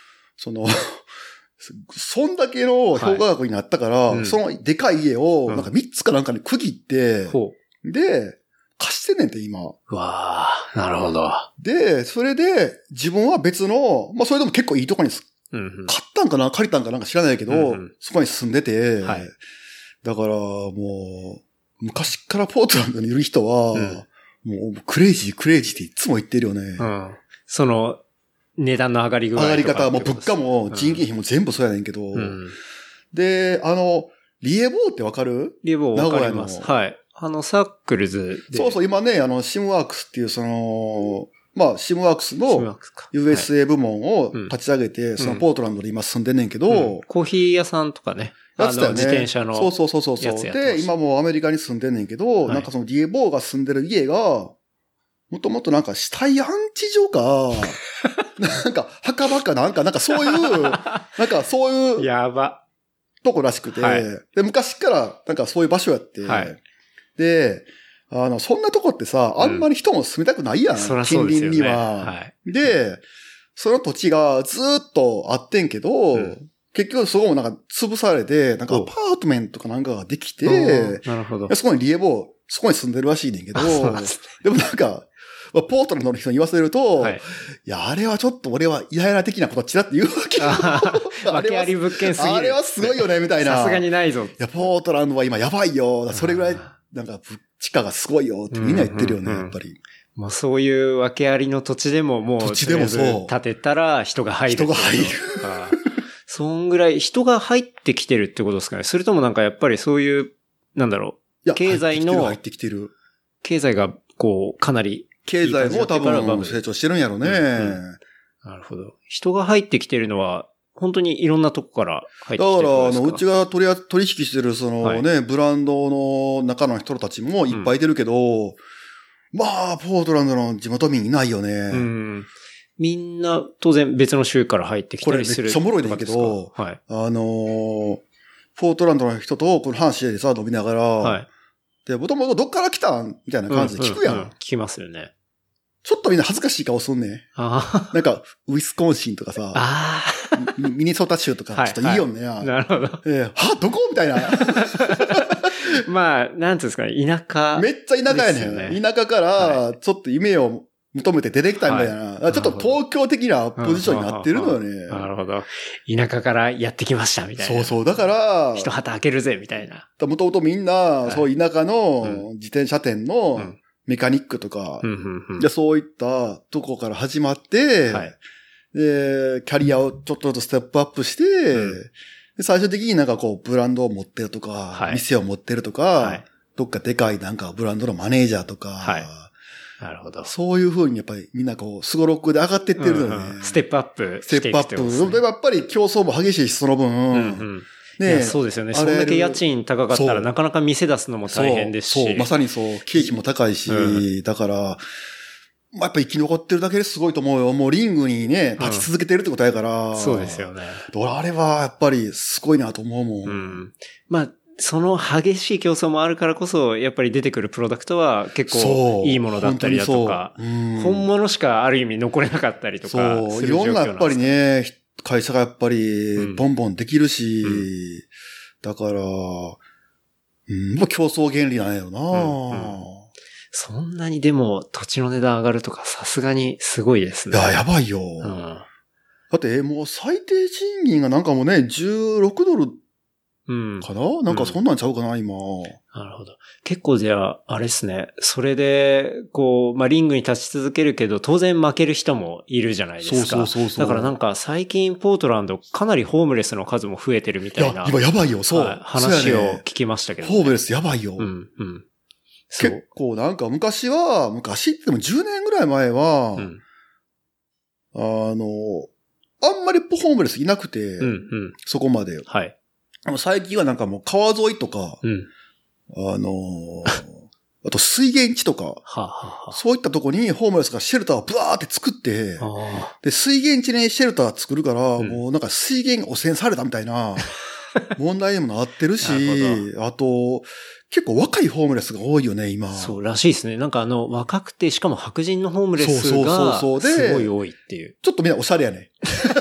そんだけの評価額になったから、そのでかい家をなんか3つかなんかに区切って、で、貸してんねんって今。 うわー、なるほど。 で、それで自分は別の、まあそれでも結構いいとこに買ったんかな借りたんかなんか知らないけど、そこに住んでて、はい、だからもう、昔からポートランドにいる人は、もうクレイジーっていつも言ってるよね。 その、値段の上がり具合とか。 上がり方、もう物価も人件費も全部そうやねんけど、で、リエボーってわかる？ リエボーわかります。はい。サークルズで。 そうそう、今ね、シムワークスっていうまあ、シムワークスの USA 部門を立ち上げて、そのポートランドで今住んでんねんけど、 コーヒー屋さんとかね。自転車の。 そう。で、今もうアメリカに住んでんねんけど、なんかそのリエボーが住んでる家が、もともとなんか死体安置所か、なんか墓場かなんかそういう、なんかそういう、 やば。 とこらしくて、で、昔からなんかそういう場所やって、で、そんなとこってさ、あんまり人も住みたくないやん。近隣には。で、その土地がずーっとあってんけど、結局そこもなんか潰されて、なんかアパートメントかなんかができて、 なるほど。 そこにリエボー、そこに住んでるらしいねんけど、でもなんか、ポートランドの人に言わせると、いや、あれはちょっと俺はイライラ的なことちらって言うわけよ。 訳あり物件すぎる。 あれはすごいよね、みたいな。 さすがにないぞ。 いや、ポートランドは今やばいよ。それぐらい、なんか、地価がすごいよってみんな言ってるよね、やっぱり。 もうそういう訳ありの土地でももう、 土地でもそう。 建てたら人が入る。 人が入る。 そんぐらい人が入ってきてるってことですかね。それともなんかやっぱりそういう、なんだろう。経済の、 入ってきてる。 経済がこう、かなり。 経済も多分成長してるんやろね。 なるほど。人が入ってきてるのは、本当にいろんなとこから入ってきてるんですか？ だから、うちが取引してるそのね、ブランドの中の人たちもいっぱいいてるけど、まあ、ポートランドの地元民いないよね。 みんな、当然別の州から入ってきたりする。 これめっちゃおもろいんだけど、ポートランドの人とこの話でさ、飲みながら、で、もともとどっから来たんみたいな感じで聞くやん。 聞きますよね。 ちょっとみんな恥ずかしい顔すんね。なんか、ウィスコンシンとかさ、ミネソタ州とか、ちょっといいよね。 なるほど。 どこみたいな。 まあ、なんていうんですかね、田舎。 めっちゃ田舎やねん。田舎から、ちょっと夢を求めて出てきたみたいな。ちょっと東京的なポジションになってるのよね。 なるほど。田舎からやってきました、みたいな。 そう。だから、 一旗開けるぜ、みたいな。 もともとみんな、そう田舎の自転車店のメカニックとか、そういったとこから始まって、で、キャリアをちょっとずつステップアップして、で最終的になんかこう、ブランドを持ってるとか、店を持ってるとか、どっかでかいなんかブランドのマネージャーとか、 なるほど。 そういう風にやっぱりみんなこう、スゴロクで上がっていってるのね。 ステップアップしていくってことですね。でもやっぱり競争も激しいし、その分。 ね、そうですよね。そんだけ家賃高かったらなかなか店出すのも大変ですし。 まさにそう。経費も高いし、だから、 やっぱ生き残ってるだけですごいと思うよ。もうリングにね、立ち続けてるってことやから。 そうですよね。 あれはやっぱりすごいなと思うもん。まあ、その激しい競争もあるからこそ、やっぱり出てくるプロダクトは結構いいものだったりだとか、本物しかある意味残れなかったりとかする状況なんですか。 いろんなやっぱりね、会社がやっぱりボンボンできるし、だから、競争原理なんやろな、 そんなにでも土地の値段上がるとかさすがにすごいですね。 いや、やばいよ。だってもう最低賃金がなんかもうね、16ドルかな、なんかそんなんちゃうかな、今。 なるほど。結構じゃあ、あれですね。それで、こう、リングに立ち続けるけど、当然負ける人もいるじゃないですか。そう。だからなんか最近ポートランドかなりホームレスの数も増えてるみたいな。 いや、今やばいよ、そう。 話を聞きましたけど、 ね。ホームレスやばいよ。結構なんか昔ってでも10年ぐらい前は、あんまりホームレスいなくて、そこまで。はい。最近はなんかもう川沿いとか、あと水源地とか、そういったとこにホームレスがシェルターをブワーって作って、で、水源地にシェルター作るから、もうなんか水源汚染されたみたいな問題にもなってるし、あと、結構若いホームレスが多いよね、今。 そうらしいですね。なんか若くて、しかも白人のホームレスがすごい多いっていう。 ちょっとみんなおしゃれやね。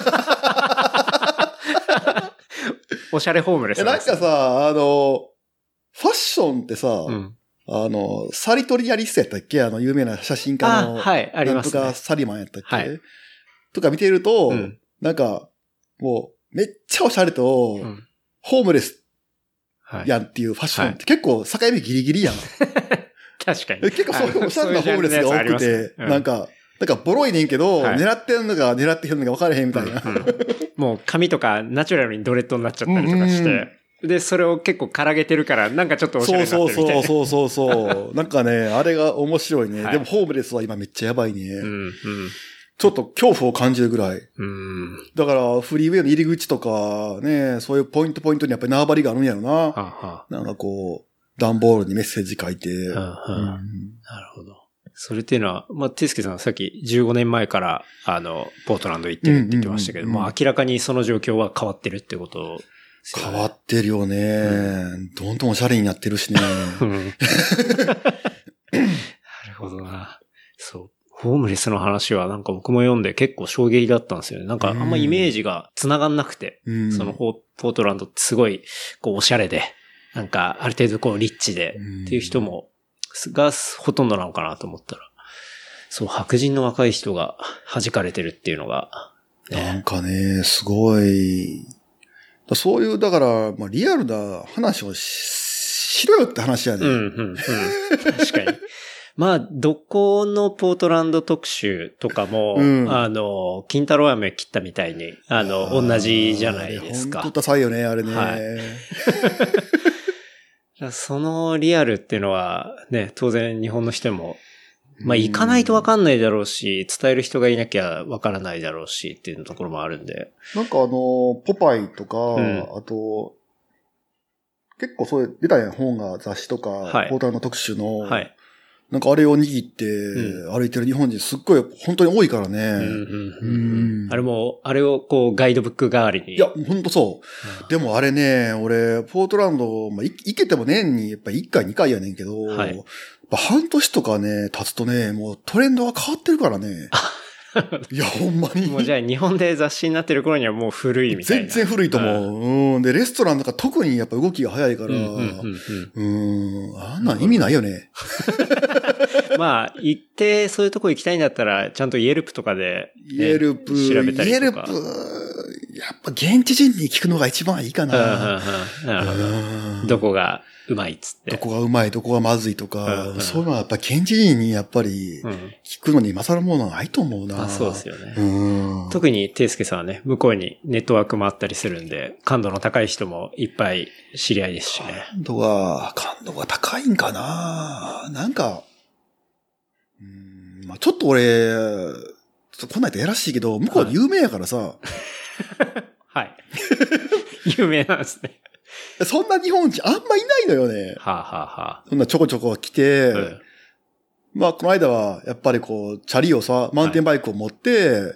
おしゃれホームレスなんかさ、ファッションってさ、サリトリアリストやったっけ有名な写真家の。 はい、ありますね。 なんとかサリマンやったっけ、とか見てると、なんか、もう、めっちゃおしゃれと、ホームレスやんっていうファッションって結構境目ギリギリやん。 確かに。 結構そういうおしゃれなホームレスが多くて、なんかボロいねんけど、狙ってるのか狙ってへんのか分からへんみたいな。 もう髪とかナチュラルにドレッドになっちゃったりとかして。で、それを結構からげてるから、なんかちょっとおしゃれになってるみたいな。 そう。なんかね、あれが面白いね。でもホームレスは今めっちゃやばいね。ちょっと恐怖を感じるぐらい。だから、フリーウェイの入り口とか、ね、そういうポイントにやっぱり縄張りがあるんやろな。なんかこう、段ボールにメッセージ書いて。なるほど。それっていうのは、ていすけさんさっき15年前から、ポートランド行ってるって言ってましたけど、明らかにその状況は変わってるってことですよね。 変わってるよね。どんどんおしゃれになってるしね。なるほどな。そう。ホームレスの話はなんか僕も読んで結構衝撃だったんですよね。なんかあんまイメージが繋がんなくて、そのポートランドってすごいこうおしゃれで、なんかある程度こうリッチでっていう人も、がほとんどなのかなと思ったら、そう、白人の若い人が弾かれてるっていうのが、 なんかね、すごい、そういう、だから、リアルな話をしろよって話やね。 確かに。どこのポートランド特集とかも、金太郎飴切ったみたいに、同じじゃないですか。 ほんとダサいよね、あれね。 そのリアルっていうのは、ね、当然日本の人も、行かないとわかんないだろうし、伝える人がいなきゃわからないだろうしっていうところもあるんで。 なんかポパイとか、あと、結構そういう出たやん、本が雑誌とか、ポータルの特集の、なんかあれを握って歩いてる日本人すっごい本当に多いからね。 あれをこうガイドブック代わりに。 いや、本当そう。でもあれね、俺、ポートランド、行けても年にやっぱ1回2回やねんけど、やっぱ半年とかね、経つとね、もうトレンドが変わってるからね。いや、ほんまに。 もうじゃあ日本で雑誌になってる頃にはもう古いみたいな。 全然古いと思う。で、レストランなんか特にやっぱ動きが早いから、あんなん意味ないよね。 行ってそういうとこ行きたいんだったら、ちゃんとイエルプとかで、 調べたりとか。イエルプ、やっぱ現地人に聞くのが一番いいかな。 なるほど。どこがうまいっつって。 どこがうまい、どこがまずいとか、そういうのはやっぱ現地人にやっぱり聞くのに勝るものはないと思うな。 そうですよね。特にていすけさんはね、向こうにネットワークもあったりするんで、感度の高い人もいっぱい知り合いですしね。 感度が高いんかな。なんか、ちょっと俺、こんなんやったらやらしいけど、向こう有名やからさ。 はい。有名なんですね。 そんな日本人あんまいないのよね。そんなちょこちょこ来て、 まあ、この間は、やっぱりこう、チャリをさ、マウンテンバイクを持って、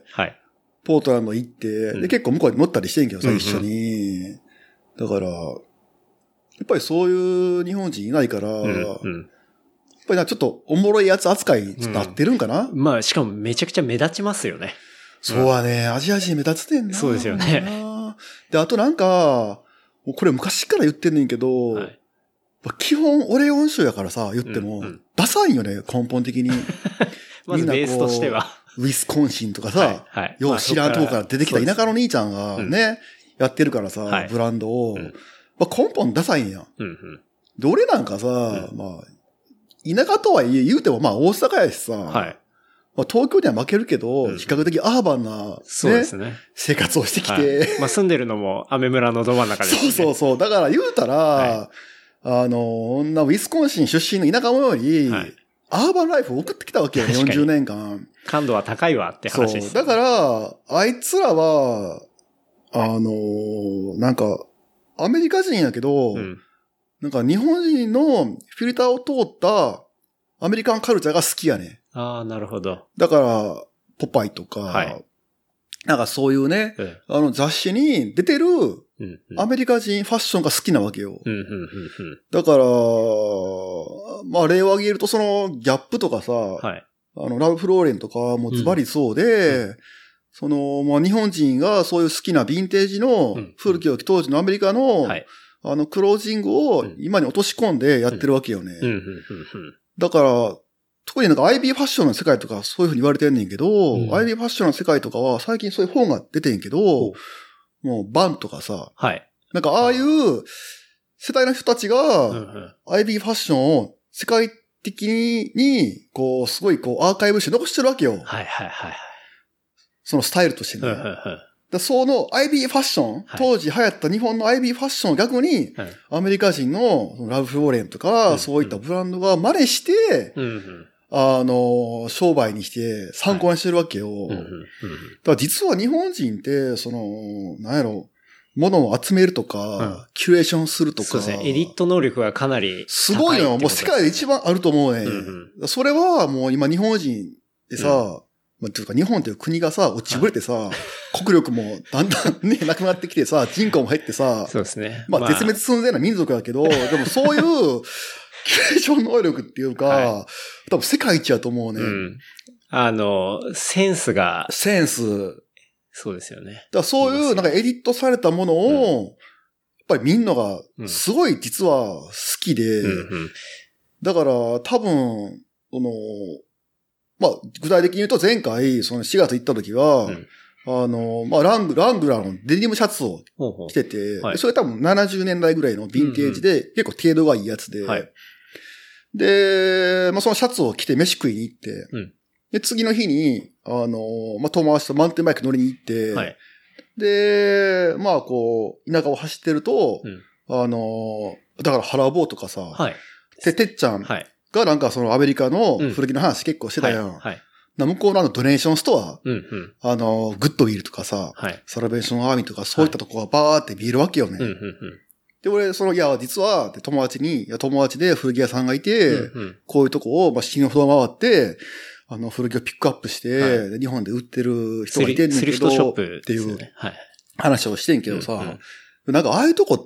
はい。 ポートランド行って、で、結構向こうに乗ったりしてんけどさ、一緒に。だから、やっぱりそういう日本人いないから、やっぱりちょっとおもろいやつ扱いになってるんかな、 まあ、しかもめちゃくちゃ目立ちますよね。 そうはね、アジア人目立つねんな。 そうですよね。 で、あとなんか、これ昔から言ってんねんけど、はい、基本オレゴン州やからさ、言っても、ダサいよね、根本的に。 まずベースとしては。 ウィスコンシンとかさ、よう知らんとこから出てきた田舎の兄ちゃんがね、やってるからさ、ブランドを。まあ、根本ダサいんや。で、俺なんかさ、まあ、田舎とはいえ言うてもまあ大阪やしさ、まあ、東京には負けるけど、比較的アーバンな、 そうですね。 生活をしてきて。 まあ住んでるのもアメ村のど真ん中ですね。 そう。だから言うたら、女ウィスコンシン出身の田舎者より、アーバンライフを送ってきたわけよ、40年間。 感度は高いわって話です。 そう。だから、あいつらは、なんか、アメリカ人やけど、なんか日本人のフィルターを通ったアメリカンカルチャーが好きやね。 ああ、なるほど。 だから、ポパイとか、なんかそういうね、雑誌に出てるアメリカ人ファッションが好きなわけよ。だから、まあ例を挙げるとそのギャップとかさ、ラブフローレンとかもズバリそうで、まあ日本人がそういう好きなヴィンテージの古き良き当時のアメリカの、クロージングを今に落とし込んでやってるわけよね。だから、特になんか IB ファッションの世界とかそういう風に言われてんねんけど、IB ファッションの世界とかは最近そういう本が出てんけど、もうバンとかさ、なんかああいう世代の人たちが IB ファッションを世界的に、こう、すごいこうアーカイブして残してるわけよ。そのスタイルとしてね。その IB ファッション、当時流行った日本の IB ファッションを逆に、アメリカ人のラブフローレンとか、そういったブランドが真似して、商売にして参考にしてるわけよ。だから実は日本人って、なんやろ、物を集めるとか、キュレーションするとか。 そうですね。エディット能力がかなりすごいよ。もう世界で一番あると思うね。それはもう今日本人でさ、というか日本という国がさ、落ちぶれてさ、国力もだんだんね、なくなってきてさ、人口も減ってさ、 そうですね。 まあ絶滅寸前な民族だけど、でもそういう、キュレーション能力っていうか、多分世界一やと思うね。 センスが。 センス。 そうですよね。 だからそういうなんかエディットされたものを、やっぱりみんながすごい実は好きで、だから多分、まあ、具体的に言うと前回、その4月行った時は、まあ、ラングラーのデニムシャツを着てて、それ多分70年代ぐらいのヴィンテージで、結構程度がいいやつで、で、まあ、そのシャツを着て飯食いに行って、で、次の日に、まあ、友達とマウンテンバイク乗りに行って、で、まあ、こう、田舎を走ってると、だから原坊とかさ、てっちゃん、がなんかそのアメリカの古着の話結構してたやん。向こうのドネーションストア、グッドウィルとかさ、サラベーションアーミーとかそういったとこがバーって見えるわけよね。で、俺、いや、実は、友達で古着屋さんがいて、こういうとこを、まあ、死ぬほど回って、古着をピックアップして、日本で売ってる人がいてんねんけど、っていう話をしてんけどさ、なんかああいうとこって、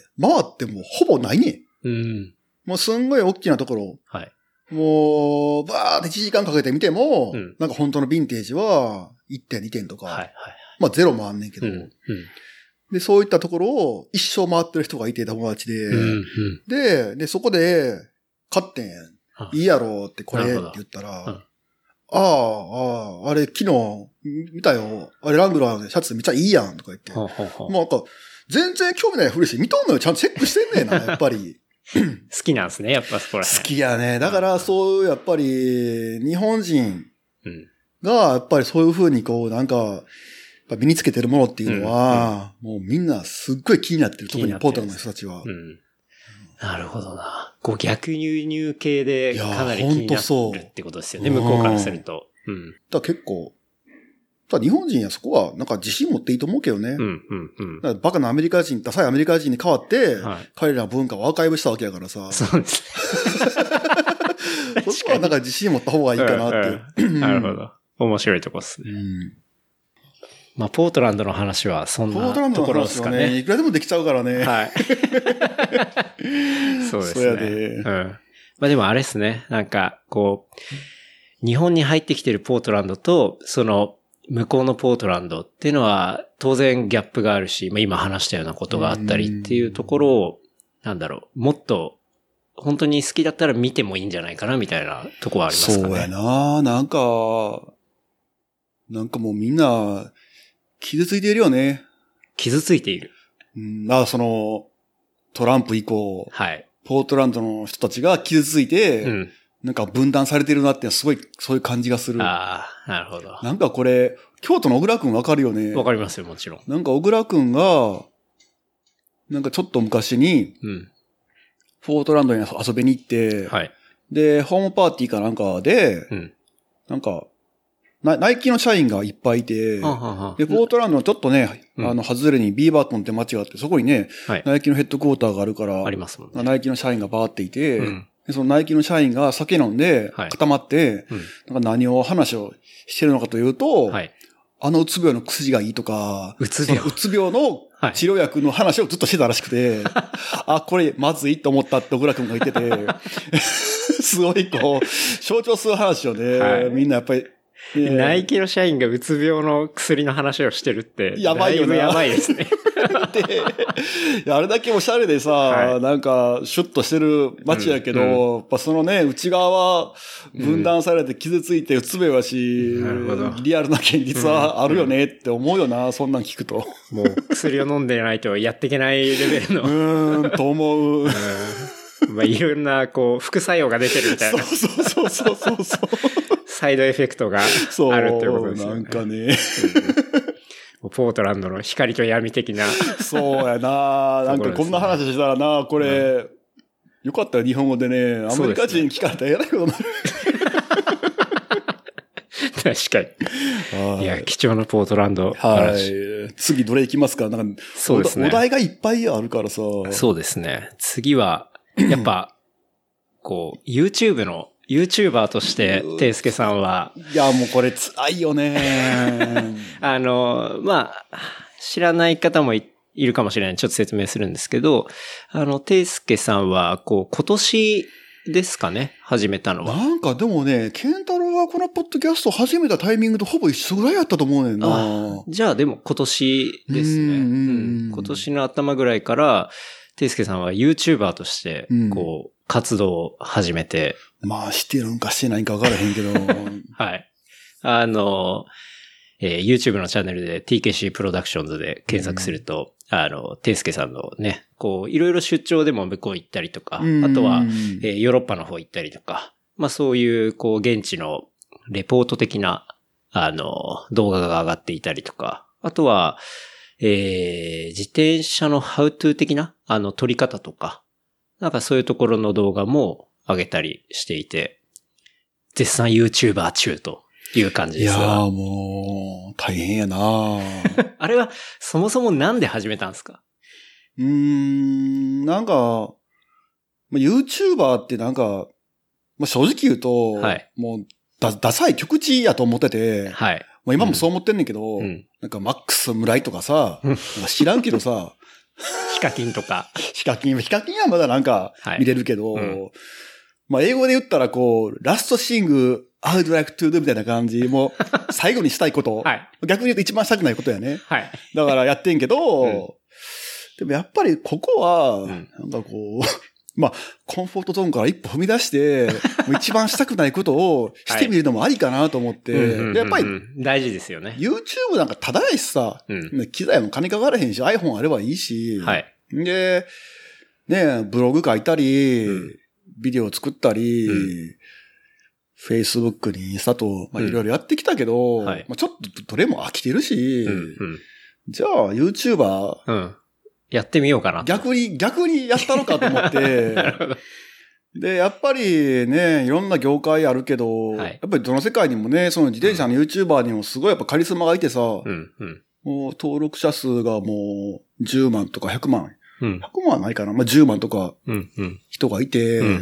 回ってもほぼないねん。もうすんごい大きなところ。もう、バーって1時間かけて見ても、なんか本当のヴィンテージは1点2点とか、まあゼロもあんねんけど、で、そういったところを一生回ってる人がいて友達で、で、そこで、買ってん。いいやろってこれって言ったら、あれ昨日見たよ。あれラングラーのシャツめっちゃいいやんとか言って。もうなんか、全然興味ないふりして見とんのよ。ちゃんとチェックしてんねんな、やっぱり。 好きなんですね、やっぱそこら辺。 好きやね。だからそういうやっぱり日本人がやっぱりそういう風にこうなんか身につけてるものっていうのは、もうみんなすっごい気になってる。特にポータルの人たちは。 なるほどな。こう逆輸入系でかなり気になってるってことですよね、向こうからすると。 だから結構、日本人はそこはなんか自信持っていいと思うけどね。だからバカなアメリカ人、ダサいアメリカ人に代わって、彼らの文化をアーカイブしたわけやからさ。 そうです。 そこはなんか自信持った方がいいかなって。 なるほど。面白いとこっすね。まあ、ポートランドの話はそんなところですかね。 いくらでもできちゃうからね。 はい。そうですね。そうやで。まあでもあれですね。なんか、こう、日本に入ってきてるポートランドと、その、向こうのポートランドっていうのは、当然ギャップがあるし、まあ今話したようなことがあったりっていうところを、なんだろう、もっと、本当に好きだったら見てもいいんじゃないかな、みたいなとこはありますかね。 そうやな。なんかもうみんな、傷ついているよね。 傷ついている。 その、トランプ以降、 はい。 ポートランドの人たちが傷ついて、なんか分断されてるなってすごい、そういう感じがする。 ああ、なるほど。 なんかこれ、京都の小倉くんわかるよね。 わかりますよ、もちろん。 なんか小倉くんが、なんかちょっと昔に、ポートランドに遊びに行って、はい。で、ホームパーティーかなんかで、なんか、ナイキの社員がいっぱいいて、で、ポートランドのちょっとね、外れにビーバートンって街があって、そこにね、ナイキのヘッドクォーターがあるから、 ありますもんね。 ナイキの社員がバーっていて、でそのナイキの社員が酒飲んで固まって、なんか何を話をしてるのかというと、うつ病の薬がいいとか、うつ病の治療薬の話をずっとしてたらしくて、これまずいと思ったって小倉くんが言ってて、すごいこう、象徴する話をね、みんなやっぱり、 ナイキの社員がうつ病の薬の話をしてるって、 やばいよね。 やばいですね。 で、あれだけおしゃれでさ、なんか、シュッとしてる街やけど、やっぱそのね、内側は分断されて傷ついてうつ病やし、リアルな現実はあるよねって思うよな、そんなん聞くと。 もう薬を飲んでないとやっていけないレベルの。 と思う。 まあ、いろんな、こう、副作用が出てるみたいな。 そう。 サイドエフェクトがあるっていうことですよね。 なんかね。 ポートランドの光と闇的な。 そうやな。なんかこんな話したらな、これ、よかったよ、日本語でね。アメリカ人に聞かれたらやらないことになる。 確かに。いや、貴重なポートランド話。 はい。次どれ行きますか？なんか、 そうですね。 お題がいっぱいあるからさ。 そうですね。次は、やっぱ、こう、YouTuber として、ていすけさんは。 いや、もうこれ辛いよね。 まあ、知らない方もいるかもしれない。ちょっと説明するんですけど、ていすけさんは、こう、今年ですかね、始めたのは。 なんかでもね、ケンタロウがこのポッドキャスト始めたタイミングとほぼ一緒ぐらいやったと思うねんな。 じゃあでも今年ですね。今年の頭ぐらいから、ていすけさんは YouTuber として、こう、活動を始めて。 まあ、してるんかしてないんか分からへんけど。 はい。YouTube のチャンネルで TKC プロダクションズで検索すると、ていすけさんのね、こう、いろいろ出張でも向こう行ったりとか、あとは、ヨーロッパの方行ったりとか、まあそういう、こう、現地のレポート的な、動画が上がっていたりとか、あとは、自転車のハウトゥー的な、撮り方とか、なんかそういうところの動画も上げたりしていて、絶賛 YouTuber 中という感じです。 いやーもう、大変やなあれは、そもそもなんで始めたんですか？ なんか、YouTuber ってなんか、正直言うと、はい、もうダサい極地やと思ってて、はい、今もそう思ってんねんけど、なんかマックス村井とかさ、なんか知らんけどさ、 ヒカキンとか。 ヒカキンはまだなんか見れるけど、英語で言ったらこう、ラストシング、I would like to do みたいな感じ、もう最後にしたいこと、はい、逆に言うと一番したくないことやね。はい、だからやってんけど、でもやっぱりここは、なんかこう、コンフォートゾーンから一歩踏み出して、一番したくないことをしてみるのもありかなと思って、やっぱり、 大事ですよね。 YouTube なんかただやしさ、機材も金かからへんし、iPhone あればいいし、はい、で、ね、ブログ書いたり、ビデオ作ったり、Facebook にインスタと、いろいろやってきたけど、ちょっとどれも飽きてるし、じゃあ YouTuber、 やってみようかな。 逆にやったのかと思って。で、やっぱりね、いろんな業界あるけど、やっぱりどの世界にもね、その自転車の YouTuber にもすごいやっぱカリスマがいてさ、もう登録者数がもう10万とか100万。100万はないかな。10万とか人がいて、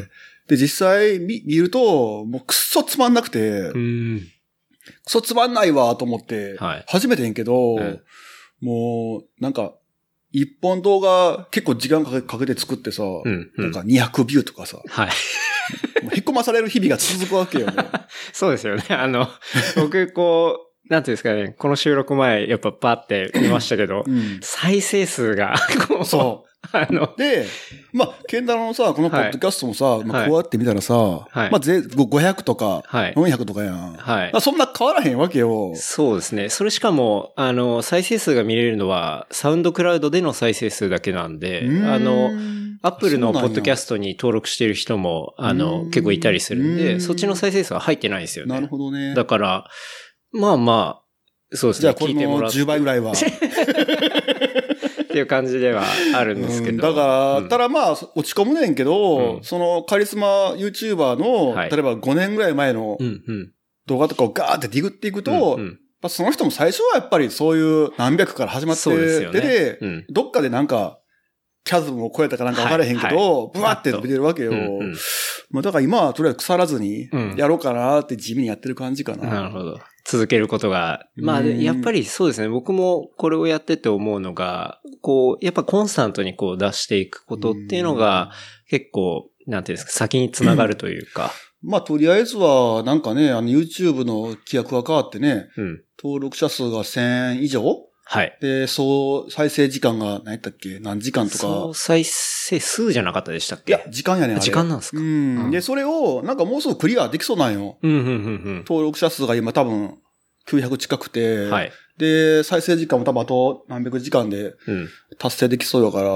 で、実際見ると、もうくっそつまんなくて、くそつまんないわと思って、初めてんけど、もう、なんか、一本動画結構時間かけて作ってさ、なんか200ビューとかさ、もうへこまされる日々が続くわけよね。 そうですよね。僕こう、なんていうんですかね、この収録前、やっぱパーって見ましたけど、再生数が、 そう。で、まあ、ケンタロウのさ、このポッドキャストもさ、まあ、こうやって見たらさ、まあ、500とか、400とかやん。そんな変わらへんわけよ。 そうですね。それしかも、再生数が見れるのは、サウンドクラウドでの再生数だけなんで、アップルのポッドキャストに登録してる人も、結構いたりするんで、そっちの再生数は入ってないんですよね。 なるほどね。 だから、まあまあ、そうですね。 じゃあこれの10倍ぐらいは。 っていう感じではあるんですけど。 だから、ただまあ、落ち込むねんけど、そのカリスマ YouTuber の、例えば5年ぐらい前の動画とかをガーってディグっていくと、その人も最初はやっぱりそういう何百から始まってて、どっかでなんか、キャズムを超えたかなんか分からへんけど、ブワって出てるわけよ。だから今はとりあえず腐らずにやろうかなって地味にやってる感じかな。 なるほど。続けることが。まあ、やっぱりそうですね。僕もこれをやってて思うのが、こう、やっぱコンスタントにこう出していくことっていうのが結構、なんていうんですか、先につながるというか。 まあ、とりあえずは、なんかね、YouTube の規約が変わってね、登録者数が1000以上で、再生時間が何やったっけ何時間とか。 再生数じゃなかったでしたっけ？ いや、時間やねん、あれ。 時間なんですか？ で、それを、なんかもうすぐクリアできそうなんよ。登録者数が今多分900近くて、で、再生時間も多分あと何百時間で達成できそうだから、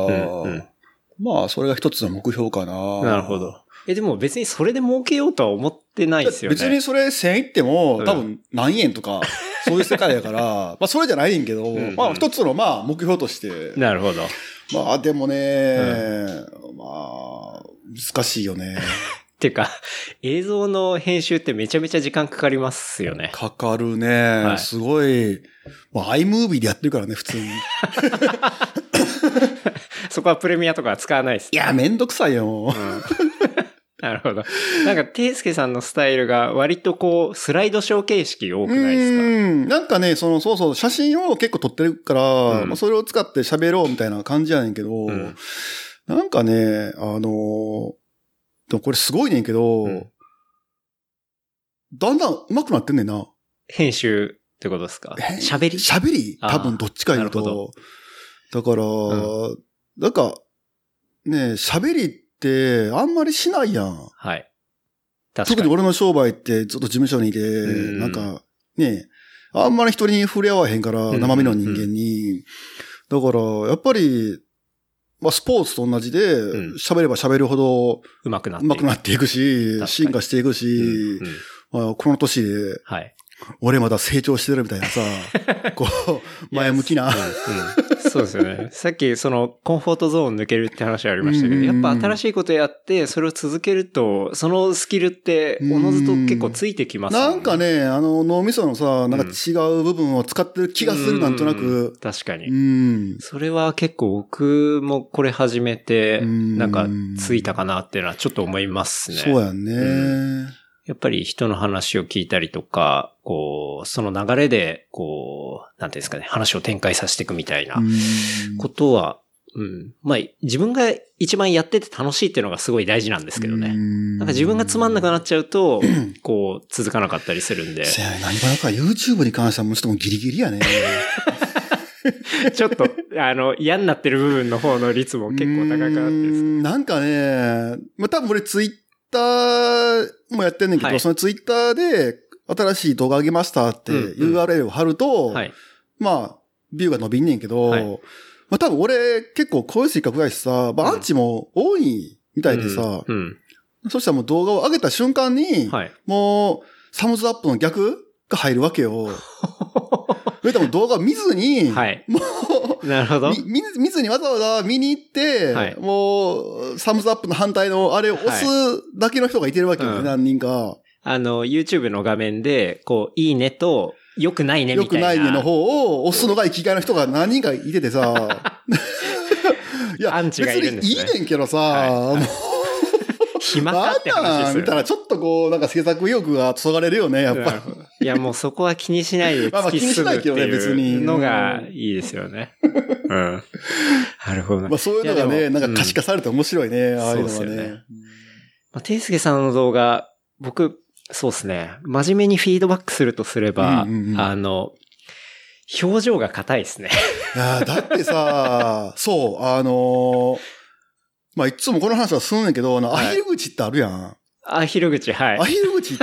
まあ、それが一つの目標かな。 なるほど。でも別にそれで儲けようとは思ってないですよね。 別にそれ1000いっても、多分何円とか、そういう世界やから、まあそれじゃないんけど、まあ一つのまあ目標として。 なるほど。 まあでもね、まあ、難しいよね。 っていうか、映像の編集ってめちゃめちゃ時間かかりますよね。 かかるね。すごい、まあ iMovie でやってるからね、普通に。 そこはプレミアとか使わないです。 いや、めんどくさいよ。 なるほど。なんか、ていすけさんのスタイルが割とこう、スライドショー形式多くないですか？ なんかね、そう、写真を結構撮ってるから、まあ、それを使って喋ろうみたいな感じやねんけど、なんかね、でもこれすごいねんけど、だんだん上手くなってんねんな。 編集ってことですか？喋り多分どっちか言うと。だから、なんか、ね、喋りってあんまりしないやん。 はい。 特に俺の商売ってずっと事務所にいて、なんか、ね、あんまり人に触れ合わへんから、生身の人間に。だから、やっぱり、まあ、スポーツと同じで、喋れば喋るほど、 上手くなっていくし、進化していくし、まあ、この年で、俺まだ成長してるみたいなさ、こう、前向きな。 そうですよね。さっきそのコンフォートゾーン抜けるって話ありましたけど、やっぱ新しいことやって、それを続けると、そのスキルっておのずと結構ついてきますよね。 なんかね、脳みそのさ、なんか違う部分を使ってる気がする、なんとなく。 確かに。それは結構僕もこれ始めて、なんかついたかなっていうのはちょっと思いますね。 そうやんね。 やっぱり人の話を聞いたりとか、こう、その流れで、こう、なんていうんですかね、話を展開させていくみたいなことは、まあ、自分が一番やってて楽しいっていうのがすごい大事なんですけどね。なんか自分がつまんなくなっちゃうと、こう、続かなかったりするんで。 何かなんか YouTube に関してはもうちょっともうギリギリやね。 ちょっと、嫌になってる部分の方の率も結構高くなってるんですか？ なんかね、まあ、多分俺ツイッターもやってんねんけど、そのツイッターで新しい動画上げましたって URL を貼ると、まあ、ビューが伸びんねんけど、まあ多分俺結構こういう性格やしさ、アンチも多いみたいでさ、そしたらもう動画を上げた瞬間に、もうサムズアップの逆が入るわけよ。でも動画見ずに、もう、 なるほど。 見ずにわざわざ見に行って、もう、サムズアップの反対のあれを押すだけの人がいてるわけよね、何人か。 YouTube の画面で、こう、いいねと、良くないねみたいな。 良くないねの方を押すのが生きがいの人が何人かいててさ。 いや、アンチがいるんですね。 別にいいねんけどさ、もう暇かって話ですよ。 見たらちょっとこう、なんか制作意欲がそがれるよね、やっぱり。 いや、もうそこは気にしないで突き進むっていうのがいいですよね。うん。なるほど。 まあそういうのがね、なんか可視化されて面白いね、ああいうのはね。 まあ、ていすけさんの動画、僕、そうですね。真面目にフィードバックするとすれば、表情が硬いですね。 いやだってさ、そう、まあ、いつもこの話はすんねんけど、アヒル口ってあるやん。 アヒル口、はい。 アヒル口って、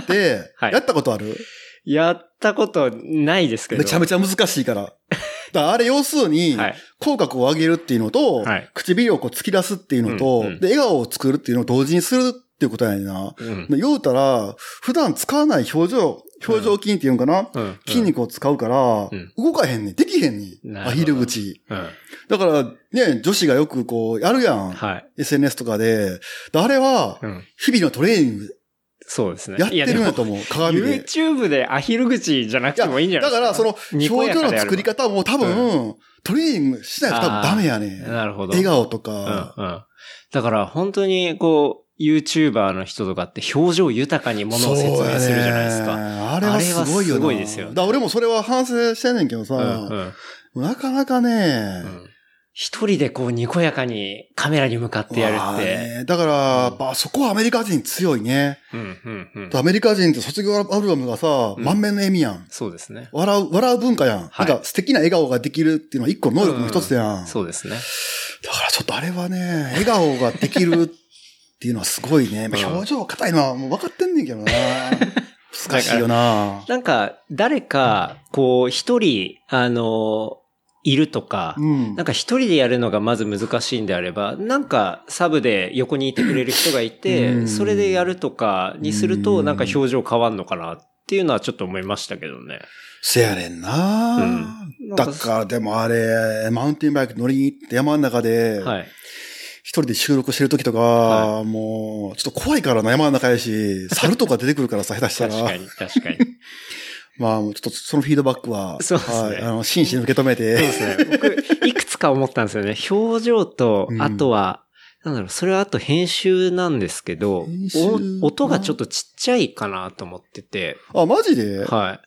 やったことある？ やったことないですけど。 めちゃめちゃ難しいから。だからあれ要するに、口角を上げるっていうのと、唇をこう突き出すっていうのと、で、笑顔を作るっていうのを同時にするっていうことやねんな。言うたら、普段使わない表情筋っていうんかな、筋肉を使うから、動かへんねん。できへんねん。アヒル口。だからね、女子がよくこうやるやん。SNS とかで。あれは、日々のトレーニング。 そうですね。 やってるんやと思う。鏡で。 YouTube でアヒル口じゃなくてもいいんじゃないですか。 だからその、表情の作り方も多分、トレーニングしないと多分ダメやねん。 なるほど。 笑顔とか。 だから本当にこう、YouTuber の人とかって表情豊かにものを説明するじゃないですか。 あれはすごいよな。 すごいですよ。 俺もそれは反省してんねんけどさ、なかなかね、 一人でこうにこやかにカメラに向かってやるって。 だから、そこはアメリカ人強いね。アメリカ人って卒業アルバムがさ、満面の笑みやん。 そうですね。 笑う文化やん。なんか素敵な笑顔ができるっていうのは一個の能力の一つやん。 そうですね。 だからちょっとあれはね、笑顔ができるっていうのはすごいね。表情硬いのはもう分かってんねんけどな。難しいよな。 なんか、誰か、こう、一人、いるとか、なんか一人でやるのがまず難しいんであれば、なんかサブで横にいてくれる人がいて、それでやるとかにすると、なんか表情変わんのかなっていうのはちょっと思いましたけどね。 せやねんな、だからでもあれ、マウンテンバイク乗りに行って山の中で、一人で収録してる時とか、もう、ちょっと怖いからな、山の中やし、猿とか出てくるからさ、下手したら。 確かに。 まあ、ちょっとそのフィードバックは、 そうですね。 真摯に受け止めて。 そうですね。僕、いくつか思ったんですよね。表情と、あとは、なんだろう、それはあと編集なんですけど、音がちょっとちっちゃいかなと思ってて。 あ、マジで？ はい。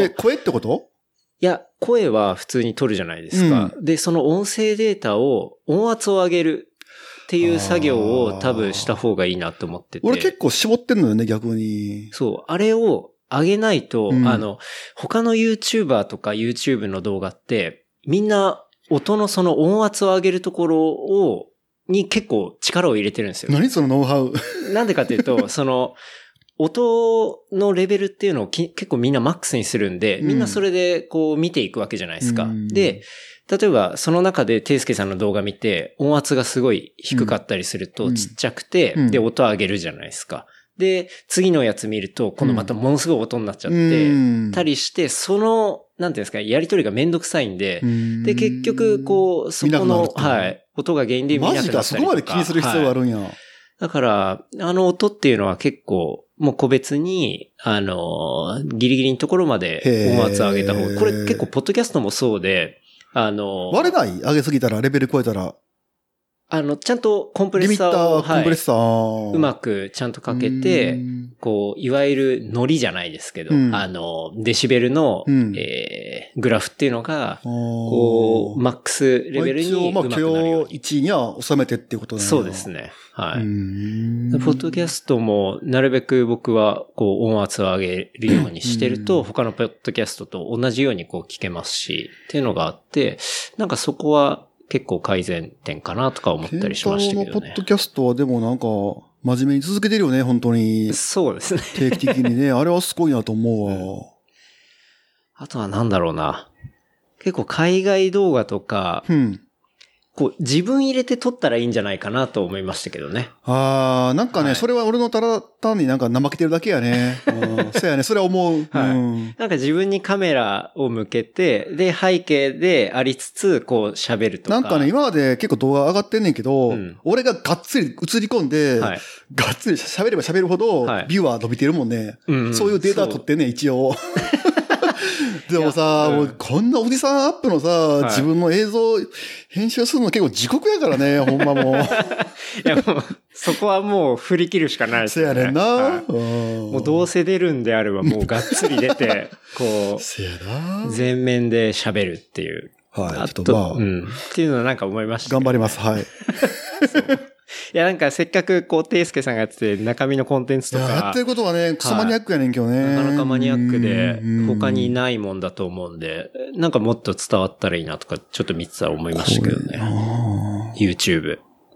声ってこと？ いや、声は普通に取るじゃないですか。で、その音声データを、音圧を上げるっていう作業を多分した方がいいなと思ってて。 俺結構絞ってんのよね、逆に。 そう。あれを、上げないと、他の YouTuber とか YouTube の動画って、みんな音のその音圧を上げるところに結構力を入れてるんですよ。 何そのノウハウ。 なんでかっていうと、その、音のレベルっていうのを結構みんなマックスにするんで、みんなそれでこう見ていくわけじゃないですか。で、例えばその中でていすけさんの動画見て、音圧がすごい低かったりするとちっちゃくて、で、音を上げるじゃないですか。で、次のやつ見ると、今度またものすごい音になっちゃって、たりして、その、なんていうんですか、やりとりがめんどくさいんで、で、結局、こう、そこの、音が原因で見なくなったりとか。マジか、そこまで気にする必要があるんや。だから、音っていうのは結構、もう個別に、ギリギリのところまで音圧を上げた方が、これ結構、ポッドキャストもそうで、 割れない？上げすぎたら、レベル超えたら。 ちゃんとコンプレッサーを、 コンプレッサー、 うまくちゃんとかけて、こう、いわゆるノリじゃないですけど、デシベルの、グラフっていうのが、こう、マックスレベルにうまくなるように。 許容1位には収めてっていうことだね。 そうですね。はい。ポッドキャストも、なるべく僕は、こう、音圧を上げるようにしてると、他のポッドキャストと同じようにこう聞けますし、っていうのがあって、なんかそこは、結構改善点かなとか思ったりしましたけどね。 ケンタロウのポッドキャストはでもなんか、真面目に続けてるよね、本当に。 そうですね。 定期的にね。あれはすごいなと思うわ。 あとはなんだろうな。結構海外動画とか、こう自分入れて撮ったらいいんじゃないかなと思いましたけどね。 なんかね、それは俺のただ単になんか怠けてるだけやね。そうやね、それは思う。 なんか自分にカメラを向けて、で、背景でありつつ、こう喋るとか。 なんかね、今まで結構動画上がってんねんけど、俺ががっつり映り込んで、がっつり喋れば喋るほど、ビューは伸びてるもんね。そういうデータ取ってね、一応。 でもさ、もうこんなおじさんアップのさ、自分の映像編集するの結構地獄やからね、ほんまもう。 いやもう、そこはもう振り切るしかないですよね。 せやねんな。 もうどうせ出るんであればもうがっつり出て、こう、 せやな。 全面で喋るっていう。 はい、ちょっとまあ。 っていうのはなんか思いました、 頑張ります、はい。 いや、なんかせっかくこう、ていすけさんがやってて中身のコンテンツとか。 やってることはね、クソマニアックやねんけどね。 なかなかマニアックで、他にないもんだと思うんで、なんかもっと伝わったらいいなとか、ちょっと見てたら思いましたけどね。YouTube。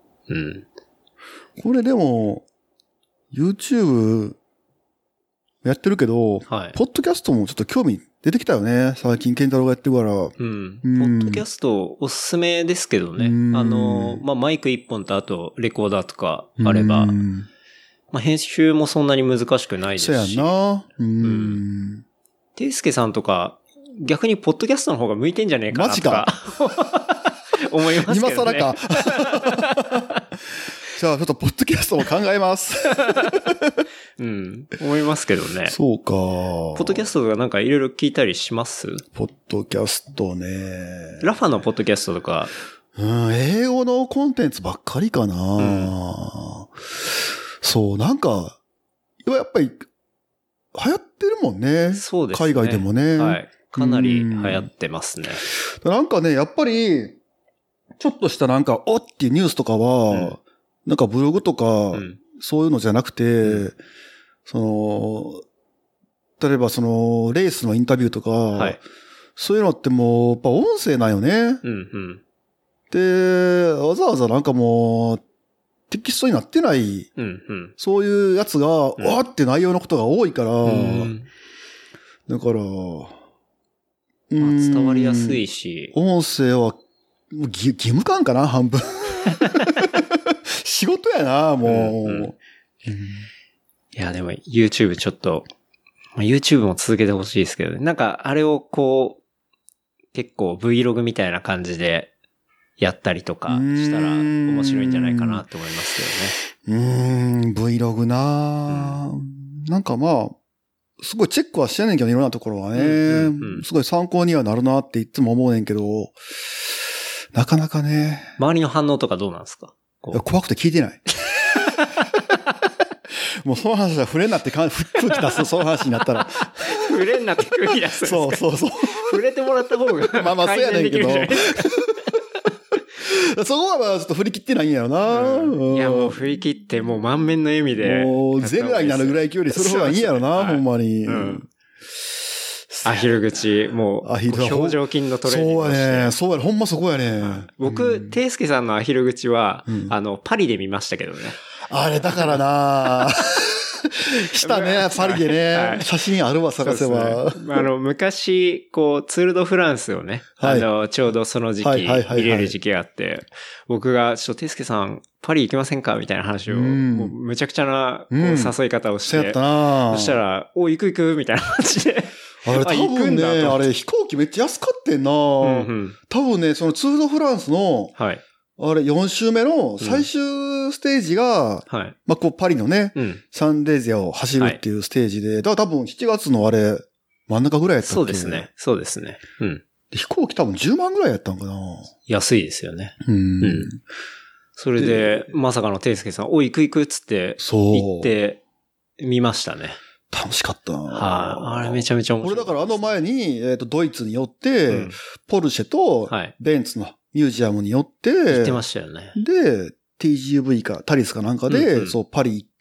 これでも、YouTube やってるけど、はい、ポッドキャストもちょっと興味出てきたよね。最近ケンタロウがやってるから。ポッドキャストおすすめですけどね。まあ、マイク一本とあとレコーダーとかあれば、まあ、編集もそんなに難しくないですし。 そうやな。 ていすけさんとか、逆にポッドキャストの方が向いてんじゃねえかなとか。マジか。思いますけどね。 今更か。じゃあちょっとポッドキャストも考えます。 思いますけどね。 そうか。 ポッドキャストとかなんかいろいろ聞いたりします？ ポッドキャストね。 ラファのポッドキャストとか。 英語のコンテンツばっかりかな。そう、なんか、やっぱり流行ってるもんね。 そうですね。 海外でもね。 はい。かなり流行ってますね。 なんかね、やっぱり、ちょっとしたなんか、おっていうニュースとかは、なんかブログとか、そういうのじゃなくて、例えばレースのインタビューとか、そういうのってもう、やっぱ音声なんよね。で、わざわざなんかもう、テキストになってない、そういうやつが、わーって内容のことが多いから、だから、 伝わりやすいし。 音声は、義務感かな、半分。仕事やな、もう。 いや、でも YouTube ちょっと、YouTube も続けてほしいですけどね。なんか、あれをこう、結構 Vlog みたいな感じでやったりとかしたら面白いんじゃないかなと思いますけどね。 Vlog な、なんかまあ、すごいチェックはしてんねんけど、いろんなところはね。すごい参考にはなるなっていつも思うねんけど、なかなかね。 周りの反応とかどうなんですか？ 怖くて聞いてない。もうその話は触れんなって空気出す、その話になったら。 触れんなって空気出す。 そう。 触れてもらった方が。 まあそうやねんけど。そこはまあちょっと振り切ってないんやろな。 いやもう振り切ってもう満面の笑みで。 もうゼロになるぐらい距離する方がいいやろな、ほんまに。 アヒル口、もう、表情筋のトレーニング。 そうやね、ほんまそこやね。 僕、ていすけさんのアヒル口は、パリで見ましたけどね。 あれ、だからなしたね、パリでね。写真あるわ、探せば。 昔、こう、ツールドフランスをね、ちょうどその時期、見れる時期があって、僕が、ていすけさん、パリ行きませんかみたいな話を、もうむちゃくちゃな誘い方をして、そしたら、行くみたいな感じで。 あれ多分ね、あれ飛行機めっちゃ安かってんな、多分ね、そのツールドフランスの、あれ4週目の最終ステージが、まあこうパリのね、サンレーゼを走るっていうステージで、だから多分7月のあれ、真ん中ぐらいやったっけ？ そうですね。 飛行機多分10万ぐらいやったんかな。 安いですよね。それで、まさかのていすけさん、行くっつって、行ってみましたね。 楽しかったな。 あれめちゃめちゃ面白い。 俺だから前に、ドイツに寄って、ポルシェとベンツのミュージアムに寄って、 行ってましたよね。 で、TGV かタリスかなんかで、パリ行って、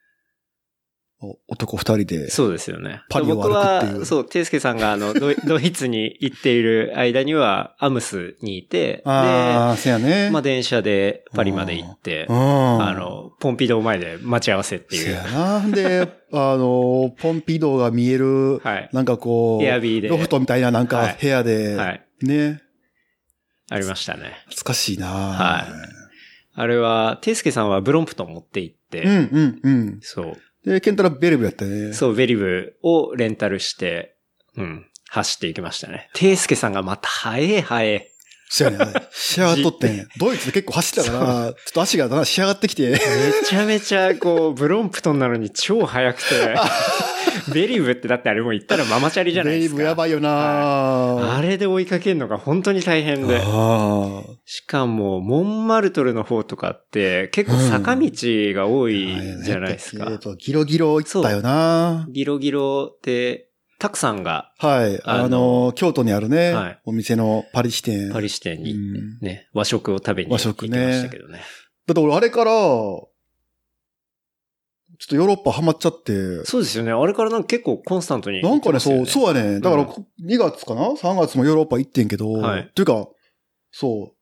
男二人で。 そうですよね。 パリを歩くっていう。 僕は、ていすけさんがドイツに行っている間には、アムスにいて、 そうやね。 まあ、電車でパリまで行って、ポンピドー前で待ち合わせっていう。 そうやな。で、ポンピドーが見える、なんかこう、 エアビーで。 ロフトみたいななんか部屋で、ね。 ありましたね。 懐かしいな。 あれは、ていすけさんはブロンプトン持って行って、そう。 で、ケンタラベリブやったね。 そう、ベリブをレンタルして、走っていきましたね。ていすけさんがまた速い。 そうやね。仕上がっとってん。ドイツで結構走ったから、ちょっと足が仕上がってきて。 めちゃめちゃ、ブロンプトンなのに超速くて。 ベリブってだってあれもう言ったらママチャリじゃないですか。 ベリブやばいよな、 はい、あれで追いかけるのが本当に大変で。しかも、モンマルトルの方とかって結構坂道が多いじゃないですか。 ギロギロ行ったよな。 ギロギロで、たくさんが。 はい。京都にあるね、はい、お店のパリ支店。 パリ支店にね、和食を食べに行きましたけどね。 だって俺あれから、ちょっとヨーロッパハマっちゃって。 そうですよね。あれからなんか結構コンスタントに、 なんかね、そうやね。だから2月かな ?3 月もヨーロッパ行ってんけど、はい。というか、そう。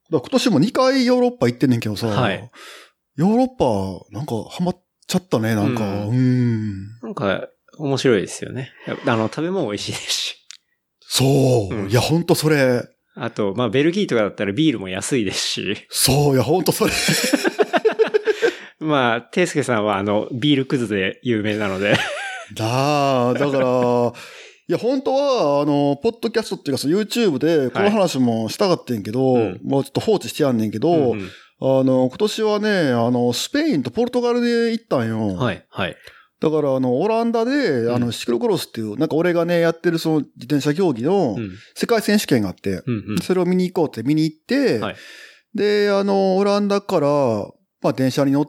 だから今年も2回ヨーロッパ行ってんねんけどさ、はい。ヨーロッパ、なんかハマっちゃったね、なんか。 なんか、面白いですよね。食べ物美味しいですし。 そう。いや、ほんとそれ。 あと、まあ、ベルギーとかだったらビールも安いですし。 そう、いや、ほんとそれ。 まあ、ていすけさんはビールクズで有名なので。 だから、いや、本当は、ポッドキャストっていうか、YouTube でこの話もしたかったんけど、もうちょっと放置してやんねんけど、今年はね、スペインとポルトガルで行ったんよ。はい、はい。だから、オランダで、シクロクロスっていう、なんか俺がね、やってるその自転車競技の世界選手権があって、それを見に行こうって見に行って、はい、で、オランダから、まあ電車に乗って、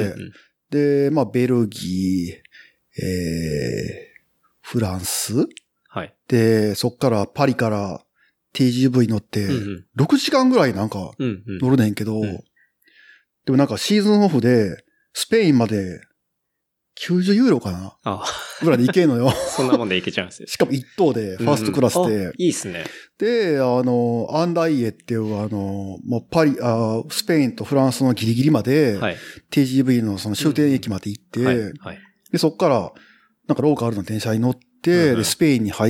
で、まあベルギー、フランス、はい、で、そっからパリから TGV 乗って、6時間ぐらいなんか乗るねんけど、でもなんかシーズンオフで、スペインまで、90ユーロかなぐらいで行けんのよ。 そんなもんで行けちゃうんですよ。 しかも一等で、ファーストクラスで。 いいっすね。 で、アンダイエっていう、もうスペインとフランスのギリギリまで、はい、TGV のその終点駅まで行って、はいはい、で、そっから、なんかローカルの電車に乗って、で、スペインに入って、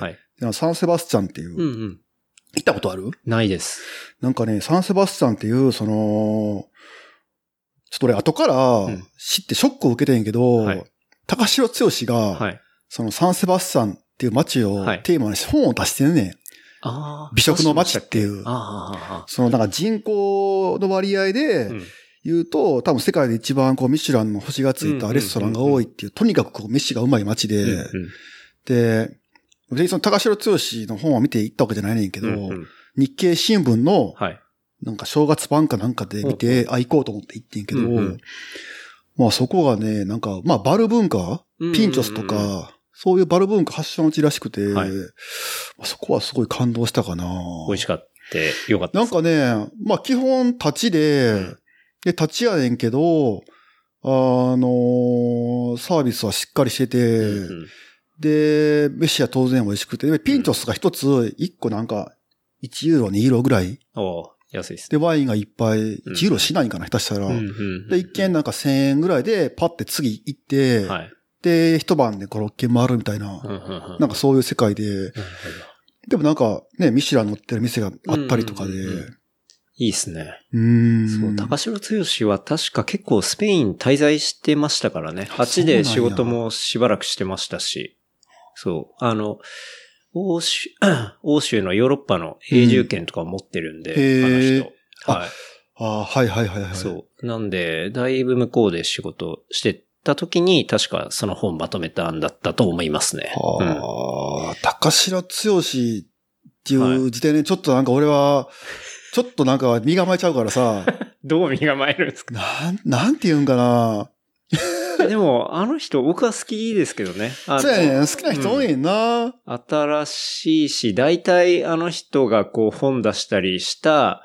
はい、サンセバスチャンっていう、行ったことある？ ないです。 なんかね、サンセバスチャンっていう、ちょっと俺後から知ってショックを受けてんけど、はい、高城剛が、はい、そのサンセバスチャンっていう街をテーマにして本を出してんねん。美食の街っていう。そのなんか人口の割合で言うと、多分世界で一番こうミシュランの星がついたレストランが多いっていう、とにかくこう飯がうまい街で、で、別にその高城剛の本を見て行ったわけじゃないねんけど、日経新聞の、はいなんか正月版かなんかで見て、行こうと思って行ってんけど、まあそこがね、なんか、まあバル文化、ピンチョスとか、そういうバル文化発祥の地らしくて、そこはすごい感動したかな。 美味しかったよかったです。なんかね、まあ基本立ちで、立ちやねんけど、サービスはしっかりしてて、で、飯は当然美味しくて、ピンチョスが一つ、一個なんか、1ユーロ、2ユーロぐらい。 安いです、 ね。で、ワインがいっぱい、1ユーロしないかな、下手したら。で、一軒なんか1000円ぐらいで、パッて次行って、はい、で、一晩で5、6軒回るみたいな、なんかそういう世界で、でもなんかね、ミシュラン乗ってる店があったりとかで。 いいっすね。そう、高城剛は確か結構スペイン滞在してましたからね。あっちで仕事もしばらくしてましたし。そう、欧州のヨーロッパの永住権とかを持ってるんで、あの人。はい。 はいはいはいはい。 そう。なんで、だいぶ向こうで仕事してた時に、確かその本まとめたんだったと思いますね。 高城剛っていう時点でちょっとなんか俺は、ちょっとなんか身構えちゃうからさ。 どう身構えるんですか？ なんて言うんかな。 でも、あの人、僕は好きですけどね。 そうやね。好きな人多いねんな。 新しいし、大体あの人がこう本出したりした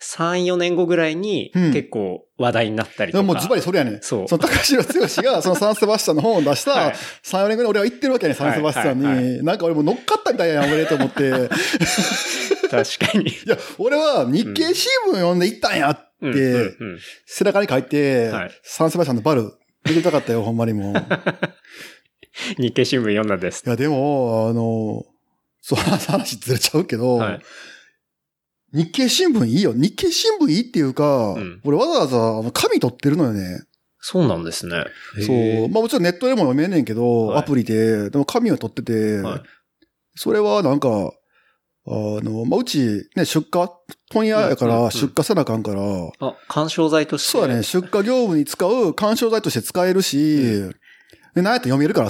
3、4年後ぐらいに結構話題になったりとか。 もうズバリそれやねん。 そう。 その高城剛がそのサンセバスチャンの本を出した3、4年後に俺は行ってるわけやねん、サンセバスチャンに。なんか俺も乗っかったみたいやん、俺と思って。 確かに。いや、俺は日経新聞読んで行ったんやって、背中に書いて、サンセバスチャンのバル、出てたかったよ、ほんまにもう。 日経新聞読んだです。 いや、でも、そう話ずれちゃうけど、日経新聞いいよ。日経新聞いいっていうか、俺わざわざ紙取ってるのよね。 そうなんですね。 そう。まあもちろんネットでも読めんねんけど、アプリで、でも紙を取ってて、それはなんか、まあ、うち、ね、問屋やから出荷せなあかんから。 緩衝材として。 そうだね、出荷業務に使う緩衝材として使えるし、で、なんやって読めるからさ。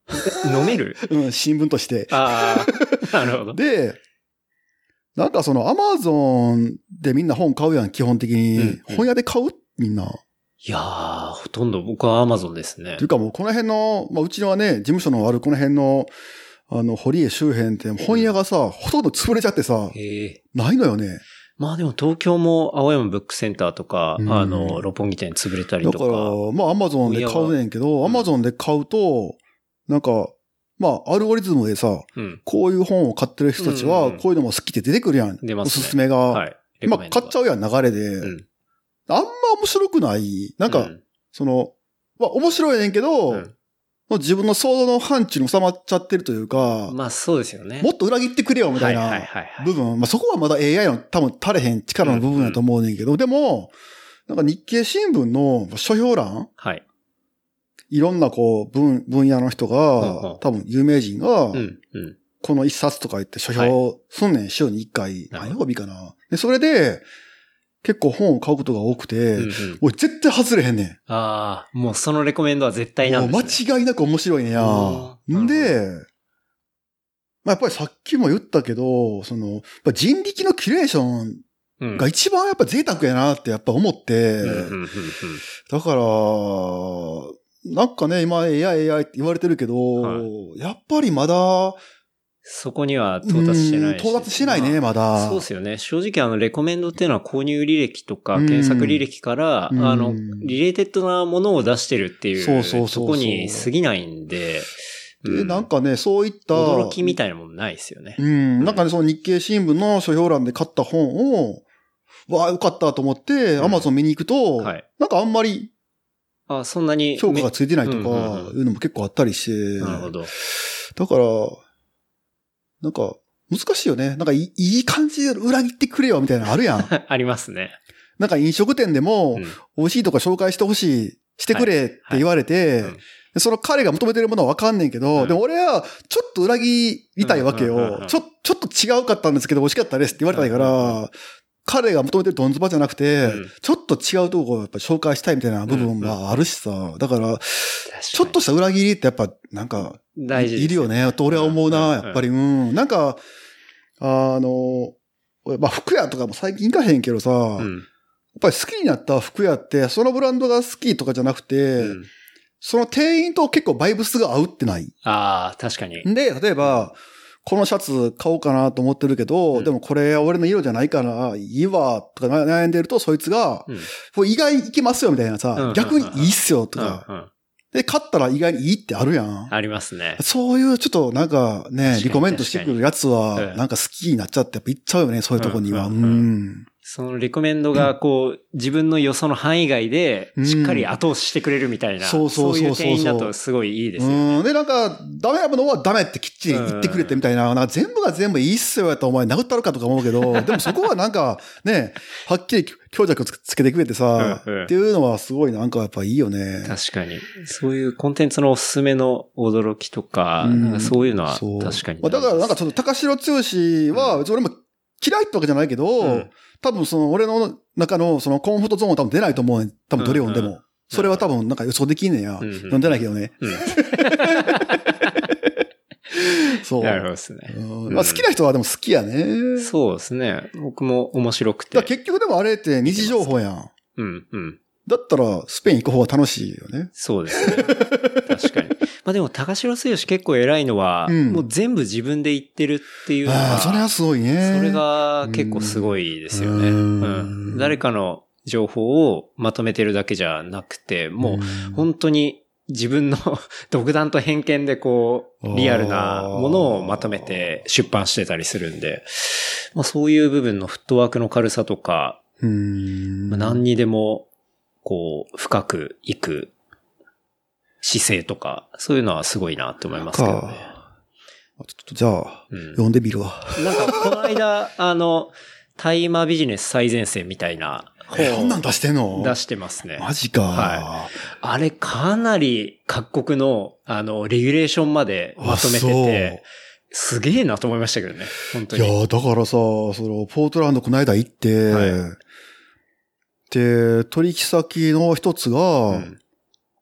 飲めるうん、新聞として。 ああ、なるほど。 で、なんかそのアマゾンでみんな本買うやん、基本的に。うんうん、本屋で買うみんな。 いやー、ほとんど僕はアマゾンですね。 というかもうこの辺の、まあうちのはね、事務所のあるこの辺の、堀江周辺って本屋がさ、ほとんど潰れちゃってさ、ないのよね。 まあでも東京も青山ブックセンターとか、六本木店潰れたりとか。 だから、まあアマゾンで買うねんけど、アマゾンで買うと、なんか、まあアルゴリズムでさ、こういう本を買ってる人たちは、こういうのも好きって出てくるやん。出ますね。おすすめが。はい。まあ買っちゃうやん、流れで。あんま面白くない。なんか、まあ面白いねんけど、自分の想像の範疇に収まっちゃってるというか。 まあそうですよね。 もっと裏切ってくれよみたいな部分。まあそこはまだ AI の多分足れへん力の部分だと思うねんけど、でも、なんか日経新聞の書評欄、はい。いろんなこう分野の人が、多分有名人が、この一冊とか言って書評すんねん、週に一回。何曜日かな。で、それで、結構本を買うことが多くて、俺絶対外れへんねん。 ああ、もうそのレコメンドは絶対なんですね。 間違いなく面白いねや。んで、まあ、やっぱりさっきも言ったけど、人力のキュレーションが一番やっぱ贅沢やなってやっぱ思って、だから、なんかね、今 AI って言われてるけど、やっぱりまだ、 そこには到達してない。 到達してないね、まだ。 そうですよね。正直レコメンドっていうのは購入履歴とか検索履歴から、リレーテッドなものを出してるっていう、そこに過ぎないんで。 で、なんかね、そういった。 驚きみたいなものないですよね。 なんかね、その日経新聞の書評欄で買った本を、わあ、よかったと思って、Amazon 見に行くと、なんかあんまり、 そんなに。 評価がついてないとか、いうのも結構あったりして。 なるほど。 だから、なんか、難しいよね。なんかいい感じで裏切ってくれよみたいなのあるやん。 ありますね。 なんか飲食店でも、美味しいとか紹介してほしい、してくれって言われて、その彼が求めてるものはわかんねんけど、でも俺はちょっと裏切りたいわけよ。ちょっと違うかったんですけど美味しかったですって言われたいから、彼が求めてるドンズバじゃなくて、ちょっと違うとこをやっぱ紹介したいみたいな部分があるしさ、だから、ちょっとした裏切りってやっぱなんか、大事いるよね、と俺は思うな、やっぱり。なんか、まあ服屋とかも最近行かへんけどさ、やっぱり好きになった服屋って、そのブランドが好きとかじゃなくて、その店員と結構バイブスが合うってない？ ああ、確かに。 で、例えば、このシャツ買おうかなと思ってるけど、でもこれ俺の色じゃないから、いいわ、とか悩んでると、そいつが、意外いけますよみたいなさ、逆にいいっすよ、とか。で、買ったら意外にいいってあるやん。 ありますね。 そういうちょっとなんかね、リコメントしてくるやつは、なんか好きになっちゃってやっぱ行っちゃうよね、そういうとこには。 そのリコメンドがこう、自分の予想の範囲外で、しっかり後押ししてくれるみたいな。そういう店員だとすごいいいですよね。 で、なんか、ダメなものはダメってきっちり言ってくれてみたいな、なんか全部が全部いいっすよやったらお前殴ったろかとか思うけど、でもそこはなんか、ね、はっきり強弱つけてくれてさ、っていうのはすごいなんかやっぱいいよね。 確かに。そういうコンテンツのおすすめの驚きとか、そういうのは確かに。 だからなんかちょっと高城剛は、俺も嫌いってわけじゃないけど、多分俺の中のそのコンフォートゾーンは多分出ないと思うね。多分どれ読んでも。それは多分なんか予想できんねんや。読んでないけどね。 そう。なるほどですね。 まあ好きな人はでも好きやね。 そうですね。僕も面白くて。 結局でもあれって二次情報やん。だったらスペイン行く方が楽しいよね。 そうですね。確かに。まあでも高城剛結構偉いのは、もう全部自分で言ってるっていうのが。 それはすごいね。 それが結構すごいですよね。誰かの情報をまとめてるだけじゃなくて、もう本当に自分の独断と偏見でこう、リアルなものをまとめて出版してたりするんで、まあそういう部分のフットワークの軽さとか、まあ何にでもこう、深くいく姿勢とか、そういうのはすごいなって思いますけどね。 ちょっとじゃあ、読んでみるわ。 なんか、この間、大麻ビジネス最前線みたいな本なん出してんの？ 出してますね。 マジか。 はい。あれ、かなり各国の、レギュレーションまでまとめてて、すげえなと思いましたけどね。本当に。 いや、だからさ、ポートランドこの間行って、で、取引先の一つが、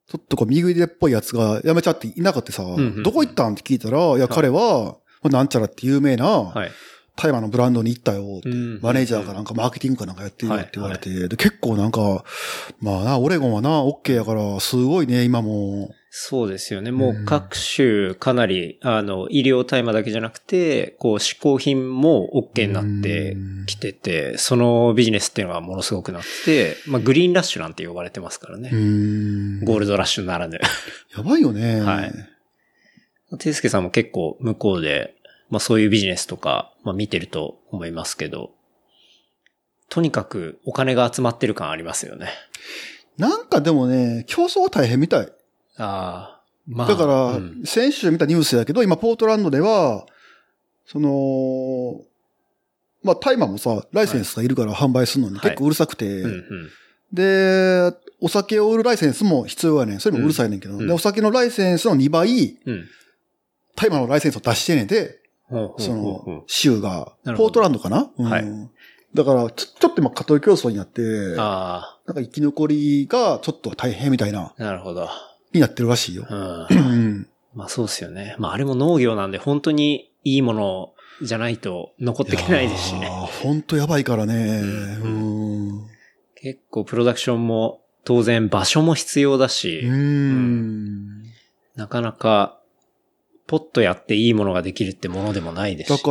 ちょっとこう右腕っぽいやつが辞めちゃっていなかったさ、どこ行ったんって聞いたら、いや、彼は、なんちゃらって有名な、大麻のブランドに行ったよって、マネージャーかなんかマーケティングかなんかやってるよって言われて、で結構なんか、まあな、オレゴンはな、OK やから、すごいね、今も。 そうですよね。もう各種かなり、医療大麻だけじゃなくて、こう、嗜好品も OK になってきてて、そのビジネスっていうのがものすごくなって、まあ、グリーンラッシュなんて呼ばれてますからね。ゴールドラッシュならぬ。 やばいよね。 はい。ていすけさんも結構向こうで、まあそういうビジネスとか、まあ見てると思いますけど、とにかくお金が集まってる感ありますよね。 なんかでもね、競争は大変みたい。 ああ、まあ。 だから、先週見たニュースだけど、今ポートランドでは、まあ大麻もさ、ライセンスがいるから販売するのに結構うるさくて、で、お酒を売るライセンスも必要やねん。それもうるさいねんけど、で、お酒のライセンスの2倍、大麻のライセンスを出してねんで、州が、ポートランドかな、はい。だから、ちょっと今、過当競争になって、なんか生き残りがちょっと大変みたいな。 なるほど。 になってるらしいよ。 まあそうですよね。まああれも農業なんで本当にいいものじゃないと残っていけないですしね。 本当やばいからね。 結構プロダクションも当然場所も必要だし、なかなかポッとやっていいものができるってものでもないですし、 だから、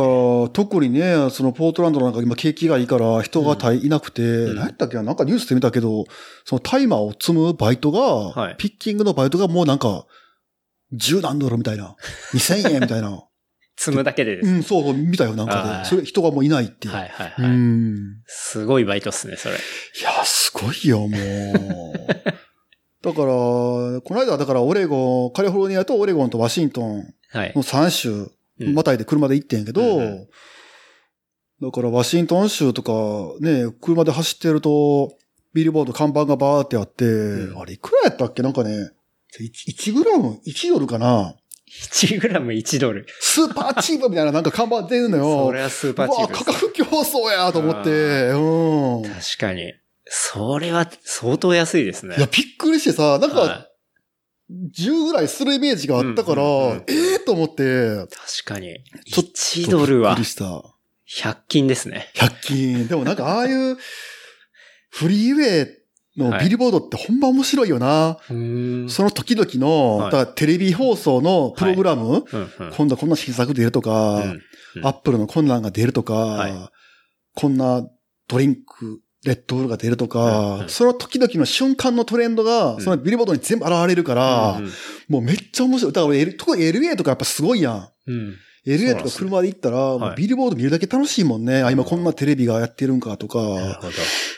特にね、そのポートランドなんか今景気がいいから人がいなくて、何やったっけな、なんかニュースで見たけど、その大麻を積むバイトが、ピッキングのバイトがもうなんか、10何ドルみたいな、2000円みたいな。 積むだけでです。 そう、見たよ、なんかで。それ人がもういないっていう。 すごいバイトっすね、それ。いや、すごいよ、もう。だから、この間だからオレゴン、カリフォルニアとオレゴンとワシントンの3州、またいで車で行ってんけど、だからワシントン州とかね、車で走ってると、ビルボード看板がバーってあって、あれいくらやったっけなんかね、1グラム1ドルかな ?1 グラム1ドル。 スーパーチープみたいななんか看板出るのよ。 それはスーパーチープです。 価格競争やと思って、 確かに。それは相当安いですね。 いや、びっくりしてさ、なんか、10ぐらいするイメージがあったから、と思って。 確かに。1ドルは。 びっくりした。 100均ですね。 100均。でもなんかああいうフリーウェイのビルボードってほんま面白いよな。その時々の、だからテレビ放送のプログラム、今度はこんな新作出るとか、アップルのこんなんが出るとか、こんなドリンク、レッドブルが出るとか、その時々の瞬間のトレンドが、そのビルボードに全部現れるから、もうめっちゃ面白い。だから特に LA とかやっぱすごいやん。LA とか車で行ったら、もうビルボード見るだけ楽しいもんね。今こんなテレビがやってるんかとか。なるほど。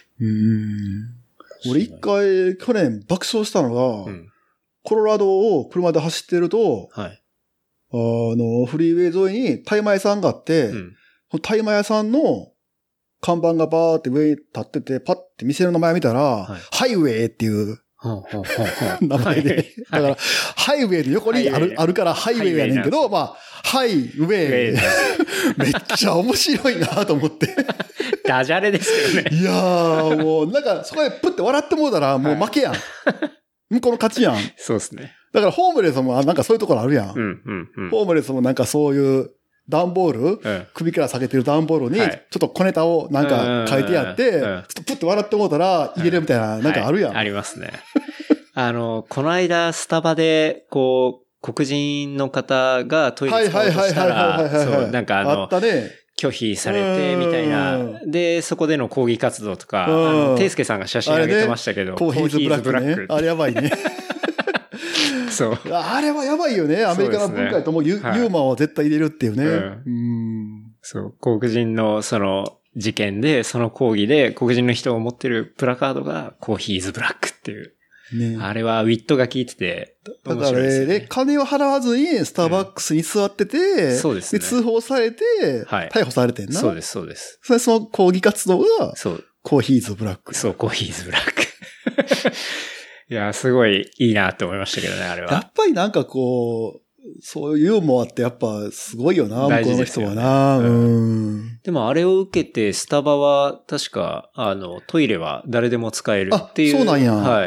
俺一回去年爆笑したのが、コロラドを車で走ってると、フリーウェイ沿いに大麻屋さんがあって、大麻屋さんの看板がバーって上に立ってて、パッて店の名前見たら、ハイウェイっていう名前で。だから、ハイウェイの横にあるからハイウェイやねんけど、まあ、ハイウェイ。めっちゃ面白いなと思って。 ダジャレですよね。 いやー、もう、なんか、そこでプッて笑ってもうたら、もう負けやん。向こうの勝ちやん。 そうですね。 だから、ホームレスもなんかそういうところあるやん。ホームレスもなんかそういう、段ボール、首から下げてる段ボールに、ちょっと小ネタをなんか書いてやって、ちょっとプッと笑ってもうたら入れるみたいな、なんかあるやん。 ありますね。この間、スタバで、こう、黒人の方がトイレ使おうとしたら、そう、なんかあったね。 拒否されて、みたいな。で、そこでの抗議活動とか、ていすけさんが写真上げてましたけど、 コーヒーズブラック。あれやばいね。 そう。 あれはやばいよね。アメリカの文化ともユーモアを絶対入れるっていうね。 そう。黒人のその事件で、その抗議で黒人の人が持ってるプラカードがコーヒーズブラックっていう。ね、あれはウィットが効いてて、 だからね、金を払わずにスターバックスに座ってて、 そうですね。 で、通報されて、逮捕されてんな。 そうです、そうです。 その抗議活動が、コーヒーズブラック。 そう、コーヒーズブラック。いや、すごいいいなって思いましたけどね、あれは。 やっぱりなんかこう、そういうユーモアってやっぱすごいよな、向こうの人はな。 でもあれを受けて、スタバは確か、トイレは誰でも使えるっていう。 そうなんや。 はい。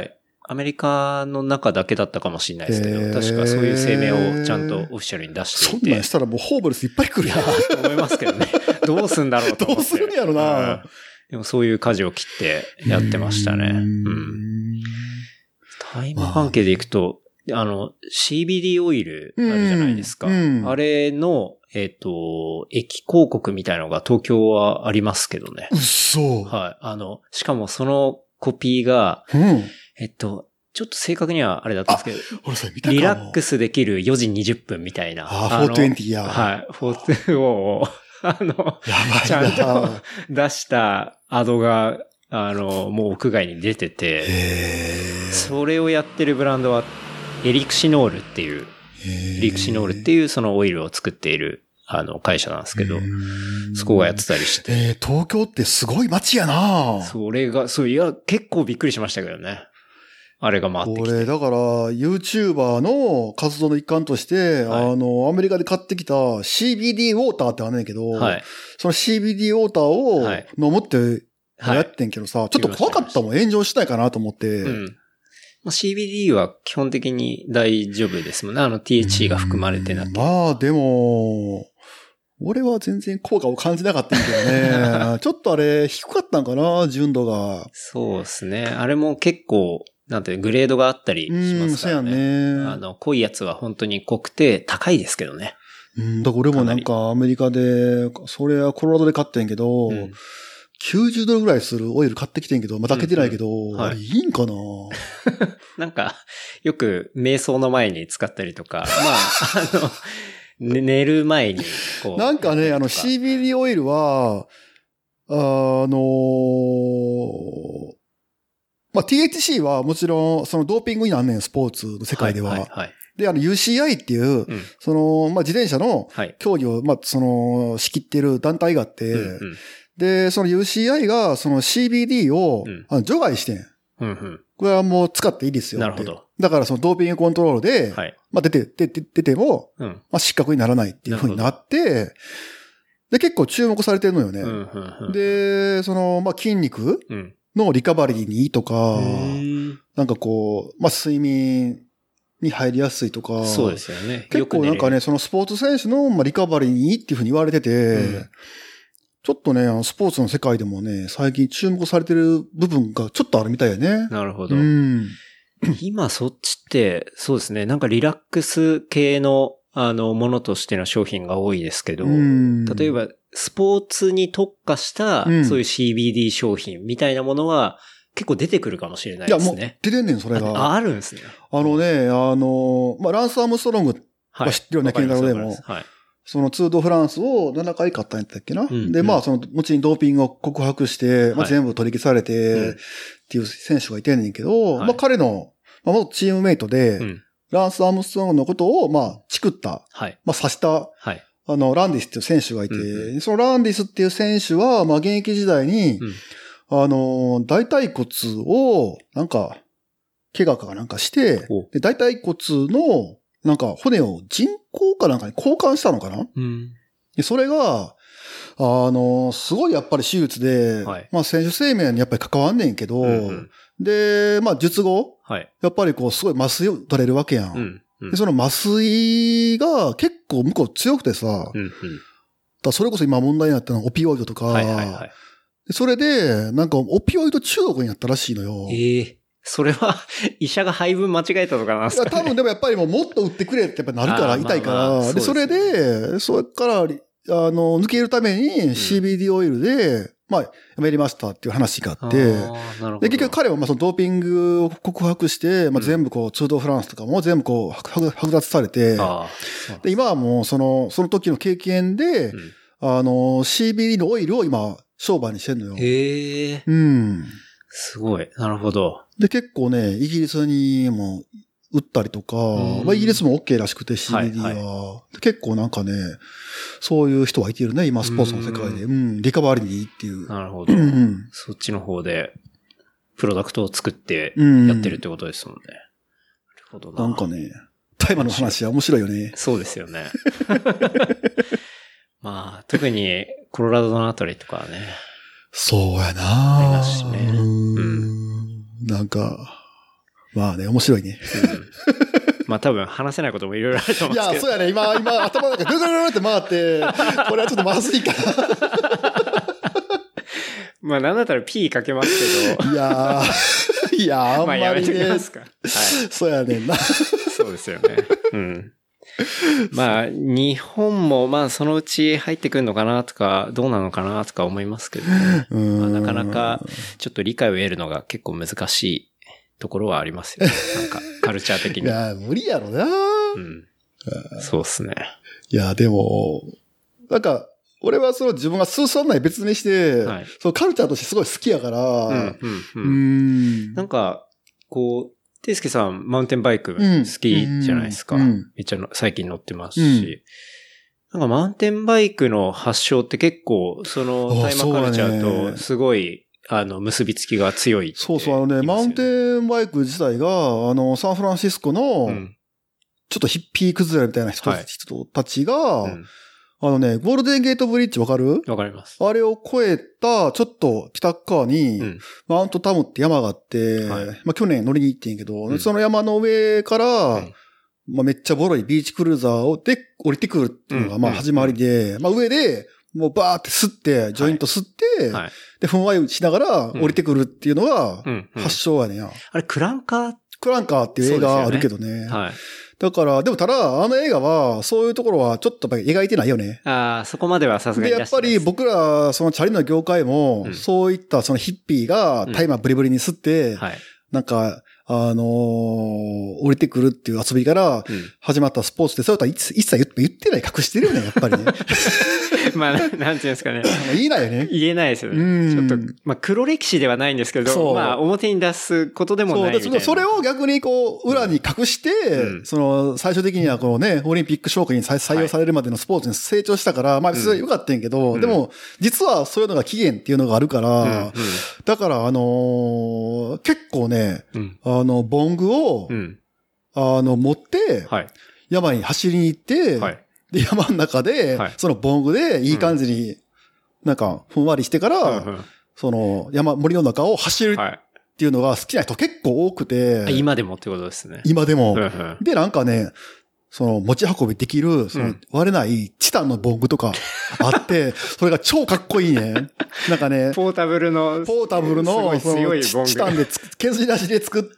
アメリカの中だけだったかもしれないですけど、確かそういう声明をちゃんとオフィシャルに出していて。 そんなんしたらもうホームレスいっぱい来るやん。 と思いますけどね。どうすんだろうと思って。 どうするんやろな、 でもそういう舵を切ってやってましたね。大麻関係でいくと、CBD オイルあるじゃないですか。あれの、駅広告みたいなのが東京はありますけどね。 嘘。 はい。しかもそのコピーが、ちょっと正確にはあれだったんですけど、リラックスできる4時20分みたいな。 420や。 はい。420を、ちゃんと出したアドが、もう屋外に出てて、それをやってるブランドは、エリクシノールっていうそのオイルを作っている、会社なんですけど、そこがやってたりして。 東京ってすごい街やな。 それが、結構びっくりしましたけどね。あれが回ってきて。 俺、だから、YouTuber の活動の一環として、アメリカで買ってきた CBD ウォーターってあるんだけど、その CBD ウォーターを飲むってやってんけどさ、ちょっと怖かったもん、炎上したいかなと思って。 CBD は基本的に大丈夫ですもんね。THC が含まれてなくて。 まあ、でも、俺は全然効果を感じなかったんだけどね。ちょっとあれ、低かったんかな、純度が。 そうですね。あれも結構、なんてグレードがあったりしますからね。そうやね。濃いやつは本当に濃くて高いですけどね。 だから俺もなんかアメリカで、それはコロラドで買ってんけど、90ドルぐらいするオイル買ってきてんけど、まだ開けてないけど、あれいいんかななんか、よく瞑想の前に使ったりとか、寝る前にこう。 なんかね、CBD オイルは、THC はもちろん、そのドーピングになんねん、スポーツの世界では。で、UCI っていう、その、自転車の競技を、仕切っている団体があって、で、その UCI が、その CBD を、除外してん。これはもう使っていいですよ。 なるほど。 だからそのドーピングコントロールで、出ても、失格にならないっていう風になって、で、結構注目されてるのよね。で、その、筋肉のリカバリーにいいとか、なんかこう、睡眠に入りやすいとか、 そうですよね。 結構なんかね、そのスポーツ選手のリカバリーにいいっていう風に言われてて、ちょっとね、スポーツの世界でもね、最近注目されてる部分がちょっとあるみたいやね。 なるほど。今そっちって、そうですね、なんかリラックス系の、ものとしての商品が多いですけど、例えば、スポーツに特化した、そういう CBD 商品みたいなものは、結構出てくるかもしれないですね。いや、もう出てんねん、それが。 あるんですね。 ランス・アームストロングは知ってるよね、ケンタロウでも。そのツードフランスを7回勝ったんやったっけな。で、その、後にドーピングを告白して、全部取り消されて、っていう選手がいてんねんけど、彼の、元チームメイトで、ランス・アームストロングのことを、チクった、刺した、ランディスっていう選手がいて、そのランディスっていう選手は、現役時代に、大腿骨を、なんか、怪我かなんかして、で大腿骨の、なんか骨を人工かなんかに交換したのかな、でそれが、すごいやっぱり手術で、選手生命にやっぱり関わんねんけど、で、術後、やっぱりこうすごい麻酔を取れるわけやん。でその麻酔が結構向こう強くてさ、だそれこそ今問題になったのはオピオイドとか、それで、なんかオピオイド中毒になったらしいのよ。 それは、医者が配分間違えたとかなんですかね。 多分でもやっぱりもっと打ってくれってやっぱなるから、痛いから。で、それで、それから、抜けるために CBD オイルで、やめりましたっていう話があって、で、結局彼はそのドーピングを告白して、全部こう、ツードフランスとかも全部こう、剥奪されて、で、今はもうその時の経験で、CBD のオイルを今、商売にしてんのよ。 すごい。なるほど。 で、結構ね、イギリスにも売ったりとか、イギリスも OK らしくて CBD は、結構なんかね、そういう人はいてるね、今スポーツの世界で。リカバリーにいいっていう。 なるほど。そっちの方で、プロダクトを作ってやってるってことですもんね。なるほどな。 なんかね、大麻の話は面白いよね。 そうですよね。特にコロラドのあたりとかはね。 そうやなぁ。なんか、 まあね、面白いね。 まあ多分話せないこともいろいろあると思うんですけど。 いや、そうやね。今、頭の中ぐるぐるぐるって回って、これはちょっとまずいかな。 まあなんだったら P かけますけど。 いや、あんまりね。 まあやめときますか。はい。 そうやねんな。 そうですよね。うん。まあ、日本もまあそのうち入ってくるのかなとか、どうなのかなとか思いますけどね。まあ、なかなかちょっと理解を得るのが結構難しいところはありますよね。なんか、カルチャー的に。 いや、無理やろな。 うん。そうっすね。 いや、でも、なんか、俺はその自分が進まない別にして、はい、そのカルチャーとしてすごい好きやから、 なんか、こう、ていすけさん、マウンテンバイク好きじゃないですか。めっちゃ最近乗ってますし。なんかマウンテンバイクの発祥って結構、そのタイマーカルチャーとすごい、結びつきが強いって。 そう、マウンテンバイク自体が、サンフランシスコの、ちょっとヒッピー崩れみたいな人たちが、ゴールデンゲートブリッジわかる？ わかります。 あれを越えた、ちょっと北側に、マウントタムって山があって、まあ去年乗りに行ってんけど、その山の上から、まあめっちゃボロいビーチクルーザーで降りてくるっていうのがまあ始まりで、まあ上で、もうバーって吸って、ジョイント吸って、で、ふんわりしながら降りてくるっていうのが、発祥やねん。 あれ、クランカーっていう映画あるけどね。はい。だから、でもただ、あの映画は、そういうところはちょっとやっぱり描いてないよね。 ああ、そこまではさすがにで、やっぱり僕ら、そのチャリの業界も、そういったそのヒッピーがタイマーブリブリに吸って、なんか、降りてくるっていう遊びから始まったスポーツで、そういうことは一切言ってない、隠してるよね、やっぱりね。 まあ、なんていうんですかね。 言えないよね。 言えないですよね。ちょっと、まあ、黒歴史ではないんですけど、まあ、表に出すことでもないみたいな。 それを逆にこう、裏に隠して、最終的にはこうね、オリンピック種目に採用されるまでのスポーツに成長したから、まあ、それは良かったんやけど、でも、実はそういうのが起源っていうのがあるから、だから、結構ね、ボングを、持って、山に走りに行って、で、山の中で、そのボングでいい感じに、なんか、ふんわりしてから、その森の中を走るっていうのが好きな人結構多くて。 今でもってことですね。 今でも。で、なんかね、その持ち運びできる、その割れないチタンのボングとかあって、それが超かっこいいね。なんかね、 ポータブルの、 すごい強いボング。チタンで削り出しで作った、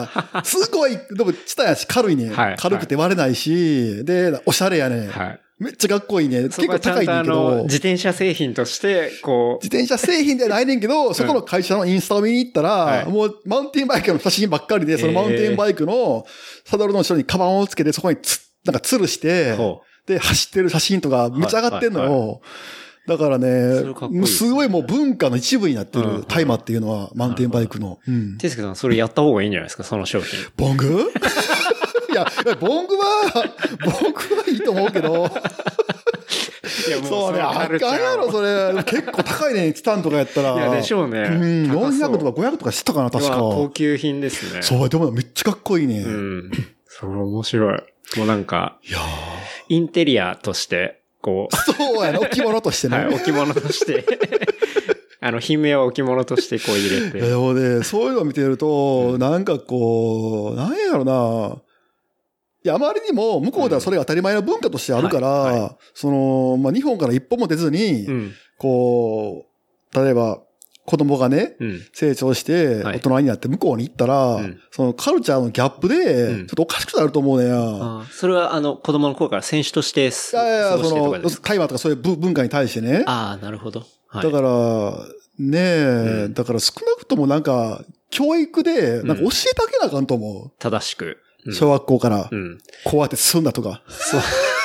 すごい、でもチタンやし軽いね。軽くて割れないし、で、おしゃれやね。めっちゃかっこいいね。結構高いんだけど。 自転車製品として、こう。 自転車製品ではないねんけど、そこの会社のインスタを見に行ったら、もうマウンテンバイクの写真ばっかりで、そのマウンテンバイクのサドルの後ろにカバンをつけて、そこになんか吊るして、で、走ってる写真とかめっちゃ上がってんのよ。だからね、すごいもう文化の一部になってるタイマーっていうのは、マウンテンバイクの。 てすけさん、それやった方がいいんじゃないですか、その商品。 ボングいや、ボングはいいと思うけど。そうね、あかんやろ、それ。結構高いね、チタンとかやったら。 いや、でしょうね。 400とか500とかしてたかな、確か。 高級品ですね。 そう、でもめっちゃかっこいいね。 それ面白い。もうなんか、インテリアとして、こう。 そうやね、置物としてね。 置物として。品名は置物としてこう入れて。 でもね、そういうのを見てると、なんかこう、なんやろな。いや、あまりにも、向こうではそれが当たり前の文化としてあるから、まあ、日本から一歩も出ずに、こう、例えば、子供がね、成長して、大人になって向こうに行ったら、そのカルチャーのギャップで、ちょっとおかしくなると思うねや。 それは子供の頃から選手として、 その、会話とかそういう文化に対してね。 ああ、なるほど。 だから、ねだから少なくともなんか、教育で、なんか教えてあげなあかんと思う。 正しく。 小学校から、こうやって進んだとか。 そう。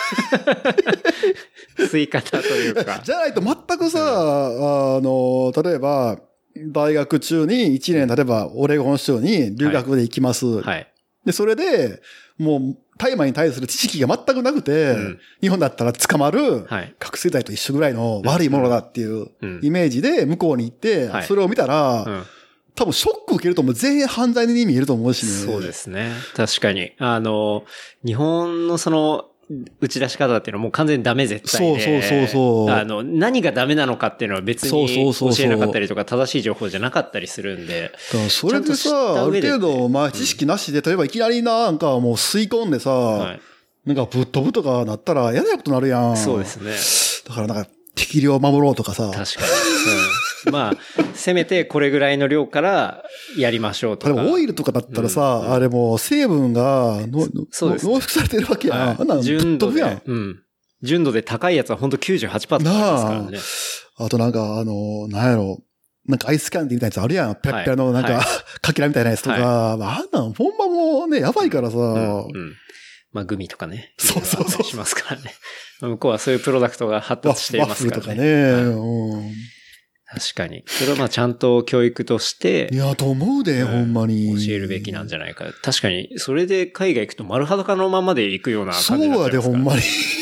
吸い方というか。 じゃないと全くさ、例えば、大学中に1年、例えば、オレゴン州に留学で行きます。で、それで、もう、大麻に対する知識が全くなくて、日本だったら捕まる、覚醒剤と一緒ぐらいの悪いものだっていうイメージで向こうに行って、それを見たら、多分ショック受けるともう全員犯罪に見えると思うしね。 そうですね。確かに。日本のその、 打ち出し方っていうのはもう完全にダメ絶対で。 そう。 何がダメなのかっていうのは別に教えなかったりとか正しい情報じゃなかったりするんで。 それでさ、ある程度、まあ知識なしで、例えばいきなりなんかもう吸い込んでさ、はい、なんかぶっ飛ぶとかなったら嫌なことなるやん。 そうですね。 だからなんか適量守ろうとかさ。 確かに。まあ、せめてこれぐらいの量からやりましょうとか。 でもオイルとかだったらさ、あれもう成分がそうです、 濃縮されてるわけやん。あんなのぶっ飛ぶやん。 純度で高いやつはほんと 98% とかですからね。 あとなんかなんやろ。なんかアイスキャンディーみたいなやつあるやん。ペラペラのなんか、かけらみたいなやつとか。あんなんほんまもうね、やばいからさ。 まあグミとかね。 そうしますからね。向こうはそういうプロダクトが発達していますからね。 ワッフルとかね。 確かに。それはまあちゃんと教育として。 いや、と思うで、ほんまに。 教えるべきなんじゃないか。確かに、それで海外行くと丸裸のままで行くような感じになっちゃいますから。 そうやで、ほんまに。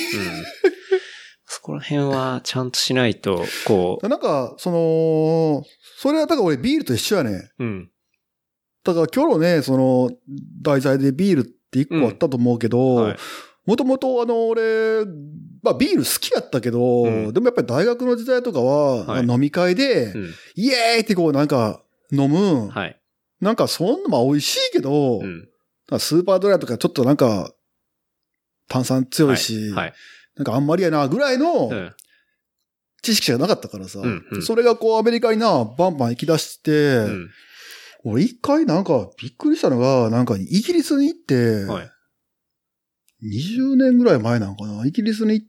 そこら辺はちゃんとしないと、こう。 なんか、それはだから俺ビールと一緒やね。だから今日のね、題材でビールって一個あったと思うけど、もともと俺、まあビール好きやったけど、でもやっぱり大学の時代とかは、飲み会で、イエーイってこうなんか飲む。なんかそんな、まあ美味しいけど、スーパードライとかちょっとなんか炭酸強いし、なんかあんまりやなぐらいの知識しかなかったからさ、それがこうアメリカにバンバン行き出して、俺一回なんかびっくりしたのが、なんかイギリスに行って、20年ぐらい前なのかな。イギリスに行って、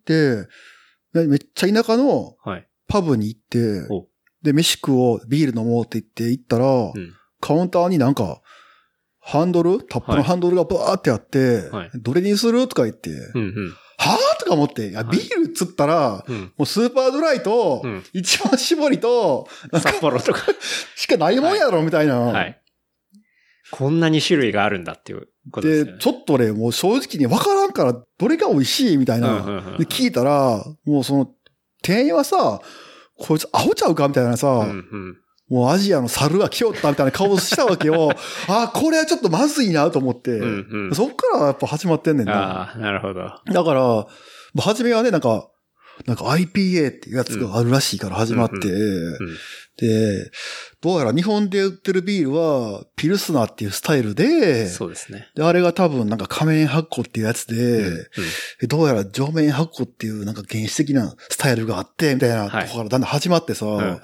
めっちゃ田舎のパブに行って、で、飯食おう、ビール飲もうって言って行ったら、カウンターになんか、タップのハンドルがバーってあって、どれにするとか言って、はぁとか思って、ビールっつったら、もうスーパードライと、一番搾りと、 札幌とかしかないもんやろ、みたいな。 こんなに種類があるんだっていうことですね。 で、ちょっとね、もう正直に分からんから、どれが美味しいみたいな。で、聞いたら、もう店員はさ、こいつアホちゃうかみたいなさ、もうアジアの猿が来よったみたいな顔したわけよ。これはちょっとまずいなと思って。そっからやっぱ始まってんねんな。 なるほど。 だから、初めはね、なんか IPA っていうやつがあるらしいから始まって、で、どうやら日本で売ってるビールは、ピルスナーっていうスタイルで、 そうですね。 で、あれが多分なんか仮面発酵っていうやつで、どうやら上面発酵っていうなんか原始的なスタイルがあって、みたいなとこからだんだん始まってさ、だから、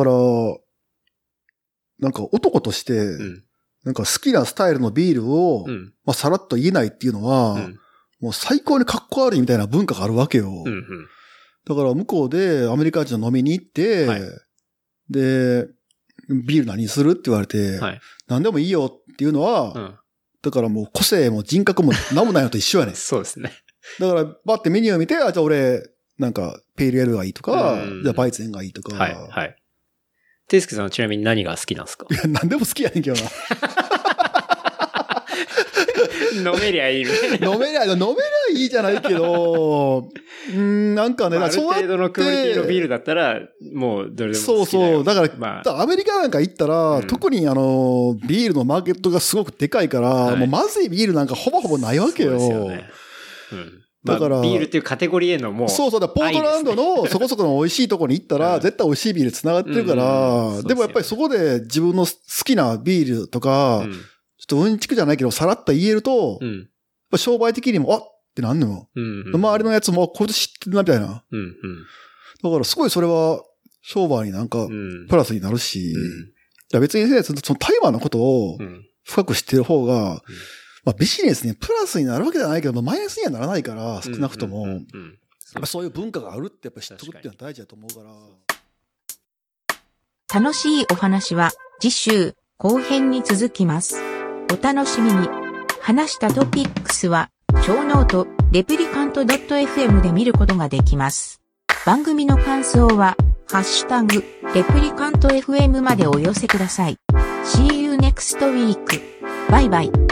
なんか男として、なんか好きなスタイルのビールを、まあさらっと言えないっていうのは、もう最高にかっこ悪いみたいな文化があるわけよ。だから向こうでアメリカ人の飲みに行って、で、ビール何するって言われて、何でもいいよっていうのは、だからもう個性も人格も何もないのと一緒やねそうですね。 だからバッてメニューを見て、じゃあ俺、なんかペールエールがいいとか、じゃあバイツェンがいいとか。 テイスケさんはちなみに何が好きなんですか？ いや、何でも好きやねんけどな。 飲めりゃいいみたいな。 飲めりゃいいじゃないけど、なんかね、 ある程度のクオリティのビールだったら、もうどれでも好きだよ。 そう。だから、アメリカなんか行ったら、特にビールのマーケットがすごくでかいから、もうまずいビールなんかほぼほぼないわけよ。そうですよね。 だから、ビールっていうカテゴリーへのもう。 そう、ポートランドのそこそこの美味しいとこに行ったら、絶対美味しいビール繋がってるから、でもやっぱりそこで自分の好きなビールとか、ちょっとうんちくじゃないけど、さらっと言えると、やっぱ商売的にも、ってなんのよ。周りのやつも、こいつ知ってるな、みたいな。だからすごいそれは、商売になんか、プラスになるし、別にその台湾のことを深く知ってる方が、まあビジネスにプラスになるわけじゃないけど、マイナスにはならないから、少なくとも。そういう文化があるってやっぱ知っとくっていうのは大事だと思うから。 楽しいお話は、次週、後編に続きます。お楽しみに。話したトピックスは、小ノート、レプリカント .fm で見ることができます。番組の感想は、ハッシュタグ、レプリカント FM までお寄せください。See you next week. バイバイ。